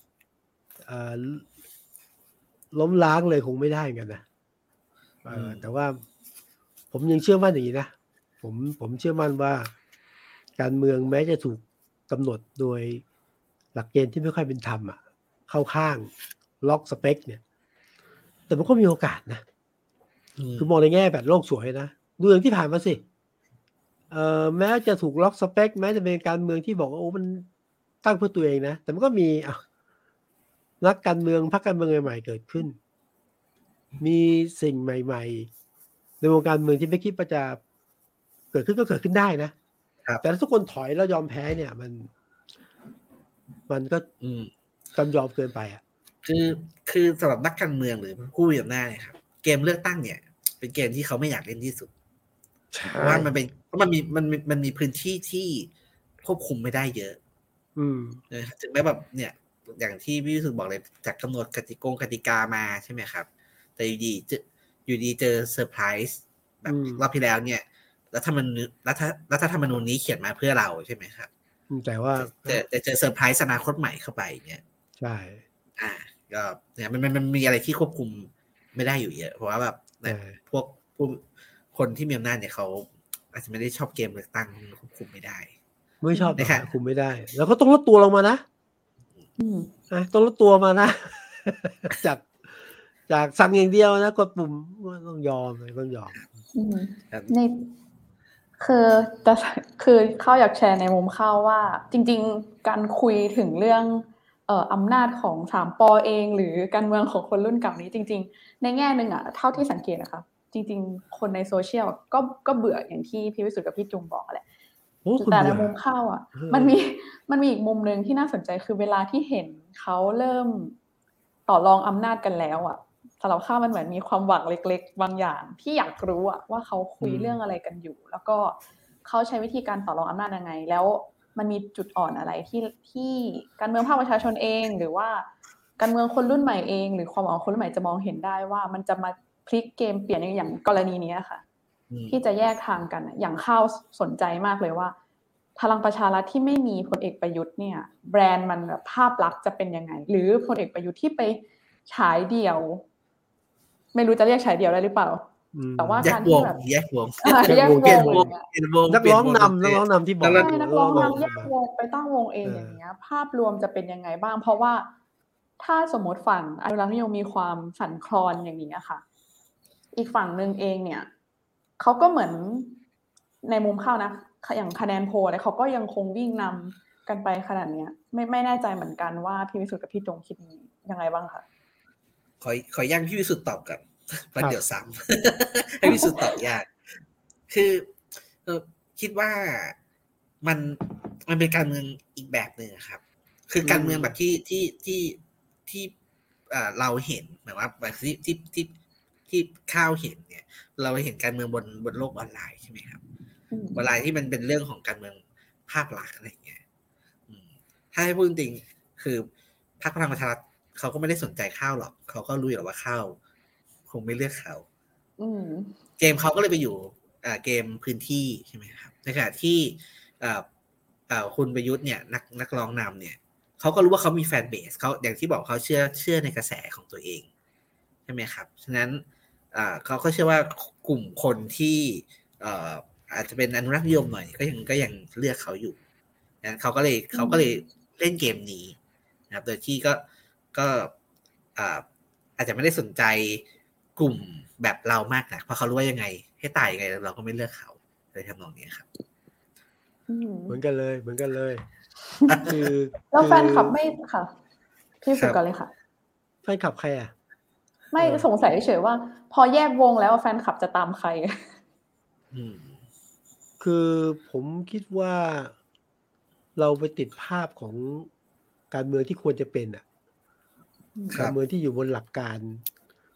ล้มล้างเลยคงไม่ได้กันนะแต่ว่าผมยังเชื่อมั่นอย่างนี้นะผมผมเชื่อมั่นว่าการเมืองแม้จะถูกกำหนดโดยหลักเกณฑ์ที่ไม่ค่อยเป็นธรรมอ่ะเข้าข้างล็อกสเปคเนี่ยแต่มันก็มีโอกาสนะคือมองในแง่แบบโลกสวยนะดูอย่างที่ผ่านมาสิเอ่อแม้จะถูกล็อกสเปคแม้จะเป็นการเมืองที่บอกว่าโอ้มันตั้งเพื่อตัวเองนะแต่มันก็มีอ่ะนักการเมืองพรรคการเมืองใหม่ๆเกิดขึ้นมีสิ่งใหม่ๆในวงการเมืองที่ไม่คิดว่าจะเกิดขึ้นก็เกิดขึ้นได้นะแต่ถ้าทุกคนถอยแล้วยอมแพ้เนี่ยมันมันก็กำยอมเกินไปอ่ะคือคือสำหรับนักการเมืองหรือผู้มีอำนาจเนี่ยครับเกมเลือกตั้งเนี่ยเป็นเกมที่เขาไม่อยากเล่นที่สุดเพราะว่ามันเป็นเพราะมันมีมันมันมีพื้นที่ที่ควบคุมไม่ได้เยอะอืมถึงแม้แบบเนี่ยอย่างที่พี่วิสุทธิ์บอกเลยจากกำหนดกติกงกติกามาใช่ไหมครับแต่อยู่ดีเจออยู่ดีเจอเซอร์ไพรส์แบบรอบที่แล้วเนี่ยรัฐธรรมนูญรัฐรัฐธรรมนูญนี้เขียนมาเพื่อเราใช่ไหมครับแต่ว่าแต่เจอเซอร์ไพรส์อนาคตใหม่เข้าไปเนี่ยใช่อ่าก็เนี่ยมันมันมีอะไรที่ควบคุมไม่ได้อยู่เยอะเพราะว่าแบบพวกผู้คนที่มีอำนาจเนี่ยเขาอาจจะไม่ได้ชอบเกมเลือกตั้งควบคุมไม่ได้ไม่ชอบนะครับคุมไม่ได้แล้วก็ต้องลดตัวลงมานะอ่ะต้องลดตัวมานะจากจากสั่งอย่างเดียวนะกดปุ่มต้องยอมเลยต้องยอมในคือแต่คือเข้าอยากแชร์ในมุมเข้าว่าจริงๆการคุยถึงเรื่องเอ่ออำนาจของสามปอเองหรือการเมืองของคนรุ่นเก่านี้จริงๆในแง่นึงอ่ะเท่าที่สังเกตนะคะจริงๆคนในโซเชียลก็ก็เบื่ออย่างที่พี่วิสุทธิ์กับพี่จุงบอกแหละแต่ในมุมเข้าอ่ะมันมีมันมีอีกมุมนึงที่น่าสนใจคือเวลาที่เห็นเขาเริ่มต่อรองอำนาจกันแล้วอ่ะสำหรับข้ามันเหมือนมีความหวังเล็กๆบางอย่างที่อยากรู้อ่ะว่าเขาคุยเรื่องอะไรกันอยู่แล้วก็เขาใช้วิธีการต่อรองอำนาจยังไงแล้วมันมีจุดอ่อนอะไรที่ที่การเมืองภาคประชาชนเองหรือว่าการเมืองคนรุ่นใหม่เองหรือความหวังคนรุ่นใหม่จะมองเห็นได้ว่ามันจะมาพลิกเกมเปลี่ยนอย่างกรณีนี้ค่ะที่จะแยกทางกันอย่างข้าวสนใจมากเลยว่าพลังประชารัฐที่ไม่มีพลเอกประยุทธ์เนี่ยแบรนด์มันภาพลักษณ์จะเป็นยังไงหรือพลเอกประยุทธ์ที่ไปฉายเดี่ยวไม่รู้จะเรียกฉายเดี่ยวได้หรือเปล่าแต่ว่าการที่แบบแยกวงแยกวงเปลี่ยนวงนักร้องนำนักร้องนำที่บอกนักร้องนำแยกวงไปตั้งวงเองอย่างเงี้ยภาพรวมจะเป็นยังไงบ้างเพราะว่าถ้าสมมติฝั่งอนุรักษ์นิยมมีความสั่นคลอนอย่างนี้ค่ะอีกฝั่งนึงเองเนี่ยเขาก็เหมือนในมุมเข้านะอย่างคะแนนโพลอะไรเขาก็ยังคงวิ่งนำกันไปขนาดนี้ไม่ไม่แน่ใจเหมือนกันว่าพี่วิสุทธิ์กับพี่จงคิดยังไงบ้างคะขอขอย่างพี่วิสุทธิ์ตอบกันประเดี๋ยวซ้ำให้วิสุทธิ์ตอบยากคือเออคิดว่ามันมันเป็นการเมืองอีกแบบหนึ่งครับคือการเมืองแบบที่ที่ที่ที่เราเห็นหมายว่าแบบที่ที่ที่ที่ข้าวเห็นเนี่ยเราเห็นการเมืองบนบนโลกออนไลน์ใช่ไหมครับออนไลน์ที่มันเป็นเรื่องของการเมืองภาพลักษณ์อะไรอย่างเงี้ยถ้าให้พูดจริงคือพรรคพลังประชารัฐเขาก็ไม่ได้สนใจข้าวหรอกเขาก็รู้อยู่แล้วว่าข้าวคงไม่เลือกเขาเกมเขาก็เลยไปอยู่เกมพื้นที่ใช่ไหมครับในขณะที่คุณประยุทธ์เนี่ยนักนักร้องนำเนี่ยเขาก็รู้ว่าเขามีแฟนเบสเขาอย่างที่บอกเขาเชื่อเชื่อในกระแสของตัวเองใช่ไหมครับฉะนั้นเขาก็เชื่อว่ากลุ่มคนที่อาจจะเป็นอนุรักษ์นิยมหน่อยก็ยังก็ยังเลือกเขาอยู่นั้นเขาก็เลยเขาก็เลยเล่นเกมนี้นะครับโดยที่ก็ก็อาจจะไม่ได้สนใจกลุ่มแบบเรามากนักเพราะเขารู้ว่ายังไงให้ตายยังไงเราก็ไม่เลือกเขาเลยทำนองนี้ครับเหมือนกันเลยเหมือนกันเลยคือแล้วแฟนคลับไม่ค่ะพี่สุดก่อนเลยค่ะแฟนคลับใครอ่ะไม่สงสัยเฉยว่าพอแยกวงแล้วแฟนคลับจะตามใครคือผมคิดว่าเราไปติดภาพของการเมืองที่ควรจะเป็นอ่ะการเมืองที่อยู่บนหลักการ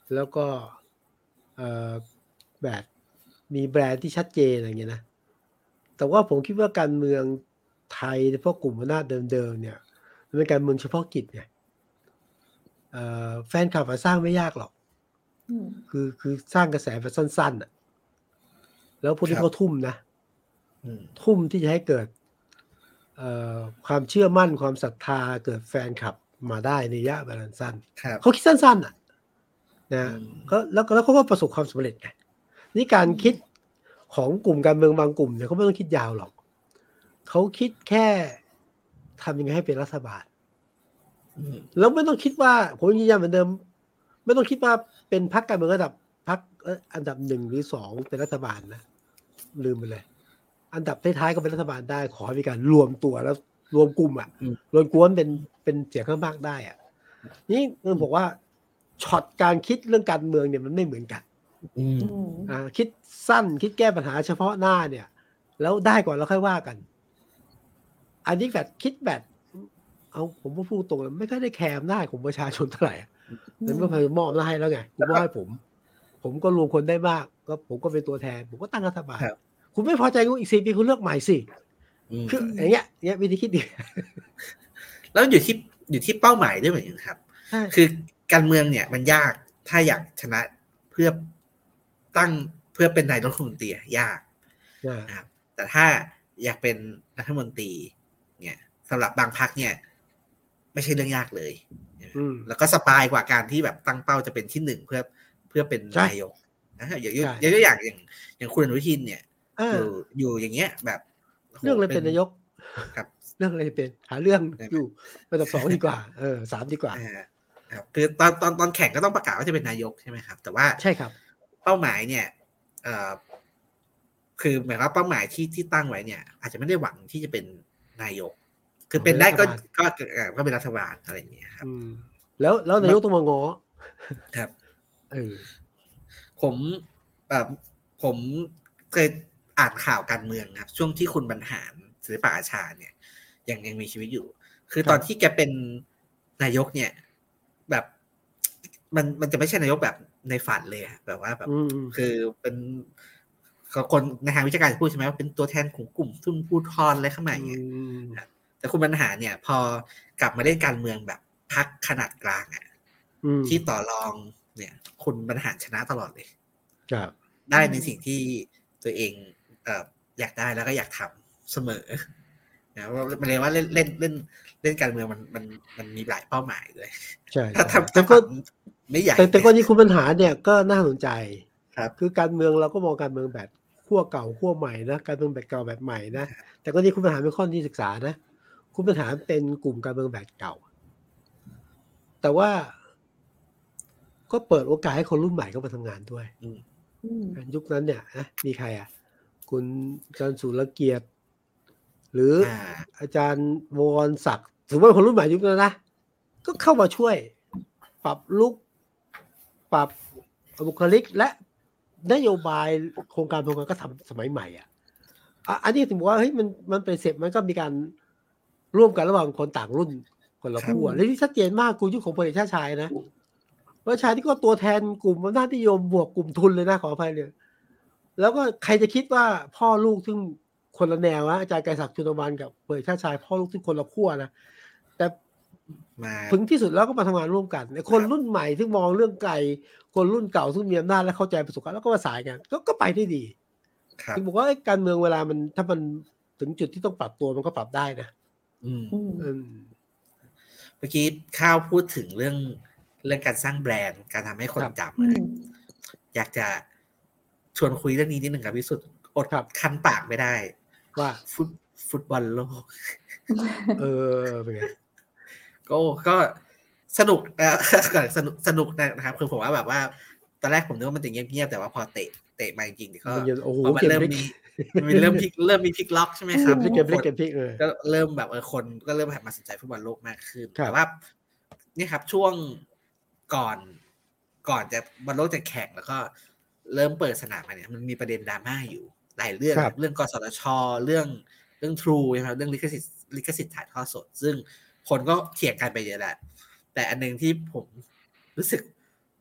แล้วก็เอ่อแบบมีแบรนด์ที่ชัดเจนอะไรเงี้ยนะแต่ว่าผมคิดว่าการเมืองไทยพวกกลุ่มอำนาจเดิมๆเนี่ยมันเป็นการเมืองเฉพาะกิจไงเอ่อแฟนคลับสร้างไม่ยากหรอกคือคือสร้างกระแสแบบสั้นๆอ่ะแล้วพวกนี้เขาทุ่มนะทุ่มที่จะให้เกิดเอ่อความเชื่อมั่นความศรัทธาเกิดแฟนคลับมาได้ในระยะเวลาสั้นเขาคิดสั้นๆอ่ะนะก็แล้วแล้วเขาก็ประสบความสำเร็จไงนี่การคิดของกลุ่มการเมืองบางกลุ่มเนี่ยเขาไม่ต้องคิดยาวหรอกเขาคิดแค่ทำยังไงให้เป็นรัฐบาลแล้วไม่ต้องคิดว่าผมยืนยันเหมือนเดิมไม่ต้องคิดว่าเป็นพรรคการเมืองระดับพรรคอันดับหนึ่งหรือสองเป็นรัฐบาลนะลืมไปเลยอันดับท้ายๆก็เป็นรัฐบาลได้ขอให้มีการรวมตัวแล้วรวมกลุ่มอ่ะรวมกวนเป็นเป็นเสียงข้างมากได้อ่ะนี่มันบอกว่าช็อตการคิดเรื่องการเมืองเนี่ยมันไม่เหมือนกันอ่าคิดสั้นคิดแก้ปัญหาเฉพาะหน้าเนี่ยแล้วได้ก่อนแล้วค่อยว่ากันอันนี้แบบคิดแบบเอาผมก็พูดตรงเลยไม่ค่อยได้แคร์อำนาจของประชาชนเท่าไหร่นั้นก็พยายามมอบให้แล้วไงคุณมอบให้ผมผมก็รวมคนได้มากก็ผมก็เป็นตัวแทนผมก็ตั้งรัฐบาลคุณไม่พอใจกูอีกสี่ปีคุณเลือกใหม่สิคืออย่างเงี้ยเงี้ยวิธีคิดดีแล้วอยู่ที่อยู่ที่เป้าหมายด้วยเหมือนกันครับคือการเมืองเนี่ยมันยากถ้าอยากชนะเพื่อตั้งเพื่อเป็นนายกรัฐมนตรียากนะครับแต่ถ้าอยากเป็นรัฐมนตรีเนี่ยสำหรับบางพรรคเนี่ยไม่ใช่เรื่องยากเลยแล้วก็สบายกว่าการที่แบบตั้งเป้าจะเป็นที่หนึ่งเพื่อเพื่อเป็นนายกนะฮะอย่างยกตัวอย่างอย่างอย่างคุณอนุทินเนี่ยอยู่อยู่อย่างเงี้ยแบบเรื่องอะไรเป็นนายกครับเรื่องอะไรเป็นหาเรื่องอยู่ระดับสองดีกว่าเออสามดีกว่าครับคือตอนตอนตอนแข่งก็ต้องประกาศว่าจะเป็นนายกใช่ไหมครับแต่ว่าใช่ครับเป้าหมายเนี่ยเอ่อคือหมายว่าเป้าหมายที่ที่ตั้งไว้เนี่ยอาจจะไม่ได้หวังที่จะเป็นนายกคือเป็นได้ก็ก็ก็เป็นรัฐบาลอะไรอย่างเงี้ยครับแล้วแล้วนายกต้องมาง้อครับเออผมแบบผมเคยอ่านข่าวการเมืองครับช่วงที่คุณบรรหารศิลปอาชาเนี่ยยังยังมีชีวิตอยู่คือตอนที่แกเป็นนายกเนี่ยแบบมันมันจะไม่ใช่นายกแบบในฝันเลยแบบว่าแบบคือเป็นคนในทางวิชาการพูดใช่ไหมว่าเป็นตัวแทนของกลุ่มทุนผู้ทอนอะไรข้างในเนี่ยแต่คุณบรรหารเนี่ยพอกลับมาเล่นการเมืองแบบพรรคขนาดกลางอ่ะที่ต่อรองเนี่ยคุณบรรหารชนะตลอดเลยได้ในสิ่งที่ตัวเองเอ่ออยากได้แล้วก็อยากทำเสมอนะว่ามันเลยว่าเล่นเล่นเล่นเล่นการเมืองมันมันมันมีหลายเป้าหมายเลยใช่ถ้าทำแต่ก็ไม่ใหญ่แต่ก็นี่คุณบรรหารเนี่ยก็น่าสนใจครับคือการเมืองเราก็มองการเมืองแบบขั้วเก่าขั้วใหม่นะการเมืองแบบเก่าแบบใหม่นะแต่ก็นี่คุณบรรหารเป็นข้อที่ศึกษานะคุณบรรหารเป็นกลุ่มการเมืองแบบเก่าแต่ว่าก็เปิดโอกาสให้คนรุ่นใหม่เข้ามาทำงานด้วยยุคนั้นเนี่ยนะมีใครอ่ะคุณอาจารย์สุรเกียรติหรืออาจารย์วรศักดิ์ถือว่าคนรุ่นใหม่ยุคนั้นนะก็เข้ามาช่วยปรับลุคปรับบุคลิกและนโยบายโครงการโครงการก็ทำสมัยใหม่อ่ะอันนี้ถึงบอกว่าเฮ้ยมันมันเป็นเสร็จมันก็มีการร่วมกันระหว่างคนต่างรุ่นคนละขั้วและที่ชัดเจนมากกูยุคของพลเอกชาติชายนะพลเอกชาติที่ก็ตัวแทนกลุ่มอำนาจนิยมบวกกลุ่มทุนเลยนะขออภัยเลยแล้วก็ใครจะคิดว่าพ่อลูกซึ่งคนละแนวนะอาจารย์ไกรศักดิ์ชุนวันกับพลเอกชาติชายพ่อลูกซึ่งคนละขั้วนะแต่ถึงที่สุดแล้วก็มาทำงานร่วมกันคนรุ่นใหม่ที่มองเรื่องไกลคนรุ่นเก่าซึ่งมีอำนาจและเข้าใจประสบการณ์แล้วก็มาสายกันก็ก็ไปได้ดีถึงบอกว่าการเมืองเวลามันถ้ามันถึงจุดที่ต้องปรับตัวมันก็ปรับได้นะอืมเมื่อกี้ข้าวพูดถึงเรื่องเรื่องการสร้างแบรนด์การทำให้คนจำอยากจะชวนคุยเรื่องนี้นิดหนึ่งครับพี่สุดอดคันปากไม่ได้ว่าฟุตฟุตบอลโลกเออเป็นไงก็ก็สนุกเออสนุกสนุกนะครับคือผมว่าแบบว่าตอนแรกผมนึกว่ามันจะเงียบๆแต่ว่าพอเตะเตะมาจริงๆก็มันเริ่มมีมันเริ่มพลิกเริ่มมีพลิกล็อกใช่ไหมครับก็เริ่มแบบเออคนก็เริ่มหันมาสนใจฟุตบอลโลกมากขึ้นแต่ว่านี่ครับช่วงก่อนก่อนจะบอลโลกจะแข่งแล้วก็เริ่มเปิดสนามมาเนี่ยมันมีประเด็นดราม่าอยู่หลายเรื่องเรื่องกสทช.เรื่องเรื่อง True นะครับเรื่องลิขสิทธิ์ลิขสิทธิ์ถ่ายทอดสดซึ่งคนก็เถียงกันไปเยอะแหละแต่อันนึงที่ผมรู้สึก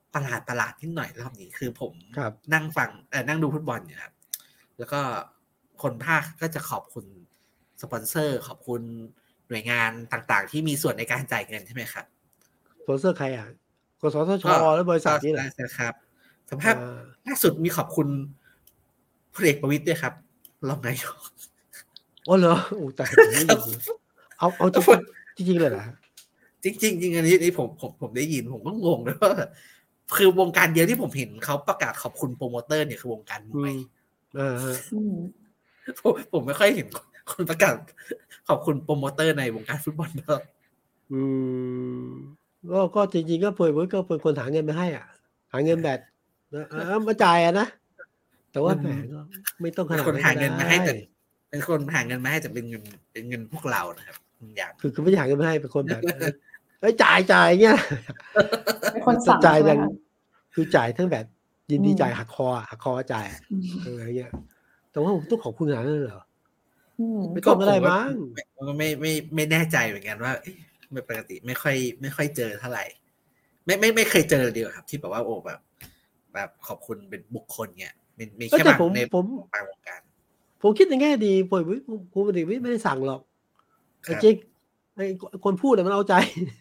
ประหลาดประหลาดนิดหน่อยรอบนี้คือผมครับนั่งฟังเออนั่งดูฟุตบอลอยู่ครับแล้วก็คนภาคก็จะขอบคุณสปอนเซอร์ขอบคุณหน่วยงานต่างๆที่มีส่วนในการจ่ายเงินใช่ไหมครับสปอนเซอร์ใครอ่ะกสทชและบริษัทนี่แหละใช่ครับสภาพล่าสุดมีขอบคุณพลเอกประวิตรด้วยครับรองนายกอ๋อเหรอโอ้แต่เอาเอาจริงจริงเลยเหรอจริงจริงจริงอันนี้นี่ผมผมผมได้ยินผมก็งงเลยว่าคือวงการเดียวที่ผมเห็นเขาประกาศขอบคุณโปรโมเตอร์เนี่ยคือวงการมวยผมผมไม่ค่อยเห็นคนประกาศขอบคุณโปรโมเตอร์ในวงการฟุตบอลเท่าไหร่อืมก็ก็จริงๆก็เปิดก็เป็นคนหาเงินมาให้อ่ะหาเงินแบบมาจ่ายอ่ะนะแต่ว่าแหมก็ไม่ต้องขนาดคนหาเงินมาให้แต่เป็นคนหาเงินมาให้แต่เป็นเงินเป็นเงินพวกเรานะครับอย่างคือคือไม่หาเงินมาให้เป็นคนแบบเอ้ยจ่ายจ่ายเงี้ยเป็นคนสั่งจ่ายอย่างคือจ่ายทั้งแบบยินดีจ่ายหักคอหักคอจ่ายอะไรเงี้ยแต่ว่าผมต้องขอบคุณหาเงินเหรอไม่ต้องอะไรมั้งไม่ไม่ไม่แน่ใจเหมือนกันว่าไม่ปกติไม่ค่อยไม่ค่อยเจอเท่าไหร่ไม่ไม่ไม่เคยเจอเดียวครับที่แบบว่าโอ้แบบแบบขอบคุณเป็นบุคคลเนี่ยมีแค่บางในบางวงการผมคิดในแง่ดีป่วยผมปกติไม่ได้สั่งหรอกจริงไอ้คนพูดแต่มันเอาใจ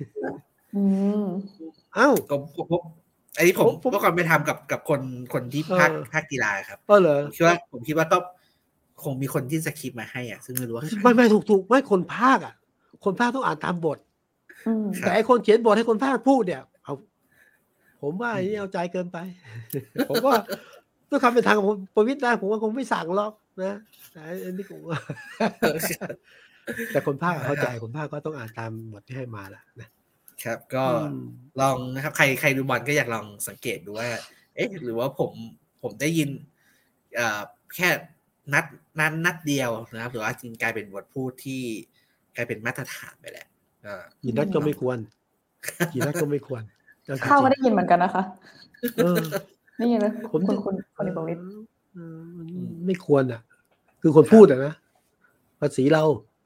เอ้าก็ผมอันนี้ผมเมื่อก่อนไปทำกับกับคนคนที่ภาคภาคกีฬาครับก็เหรอคิดว่าผมคิดว่าก็คงมีคนที่สคริปต์มาให้อ่ะซึ่งไม่รู้ว่าไม่ไม่ถูกถูกไม่คนภาคอ่ะคนภาคต้องอ่านตามบทแต่ไอ้คนเขียนบทให้คนภาคพูดเนี่ยเอาผมว่าอันนี้เอาใจเกินไปผมว่าด้วยความเป็นทางของประวิตรได้ผมว่าคงไม่สั่งหรอกนะแต่อันนี้ผมว่าแต่คนภาคเข้าใจคนภาคก็ต้องอ่านตามบทที่ให้มาแหละนะครับก็ลองนะครับใครใครดูบอลก็อยากลองสังเกตดูว่าเอ๊ะหรือว่าผมผมได้ยินเอ่อแค่นัดนัดนัดเดียวนะครับหรือว่าจริงกลายเป็นบทพูดที่กลายเป็นมาตรฐานไปแล้วกี่นัดก็ไม่ควรกี่นัดก็ไม่ควรข้าวก็ได้ยินเหมือนกันนะคะเออได้ยินเลยผมคุณคุณคนในบริษัทไม่ควรอ่ะคือคนพูดอ่ะนะภาษีเรา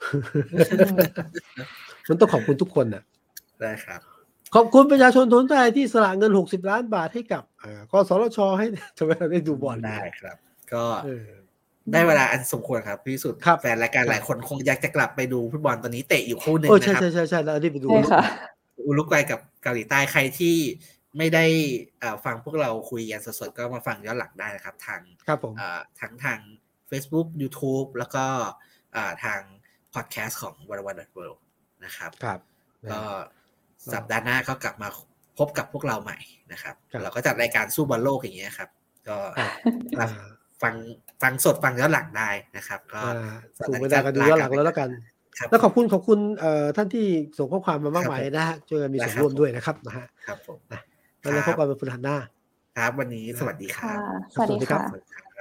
มันต้องขอบคุณทุกคนอ่ะได้ครับขอบคุณประชาชนทุนไทยที่สละเงินหกสิบล้านบาทให้กับกสทชให้ทำไมเราได้ดูบอลได้ครับก็ได้เวลาอันสมควรครับพี่สุดแฟนรายการหลายคนคงอยากจะกลับไปดูฟุตบอลตอนนี้เตะอยู่คู่นึงนะครับใช่ใช่ใช่แล้วรีบไปดูอุรุกวัยกับเกาหลีใต้ใครที่ไม่ได้ฟังพวกเราคุยกันสดๆก็มาฟังย้อนหลังได้นะครับทางทั้งทาง Facebook YouTube แล้วก็ทางพอดแคสต์ของ วัน โอ วัน ดอท เวิลด์ นะครับก็สัปดาห์หน้าก็กลับมาพบกับพวกเราใหม่นะครับเราก็จัดรายการสู้บอลโลกอย่างเงี้ยครับก็ฟังฟังสดฟังย้อนหลังได้นะครับก็ถูกไม่ได้ก็ดูย้อนหลังแล้วแล้วกันแล้วขอบคุณขอบคุณท่านที่ส่งข้อความมามากมายนะฮะช่วยกันมีส่วนร่วมด้วยนะครับนะฮะครับผมแล้วพบกันวันพฤหัสหน้าครับวันนี้สวัสดีครับสวัสดีค่ะ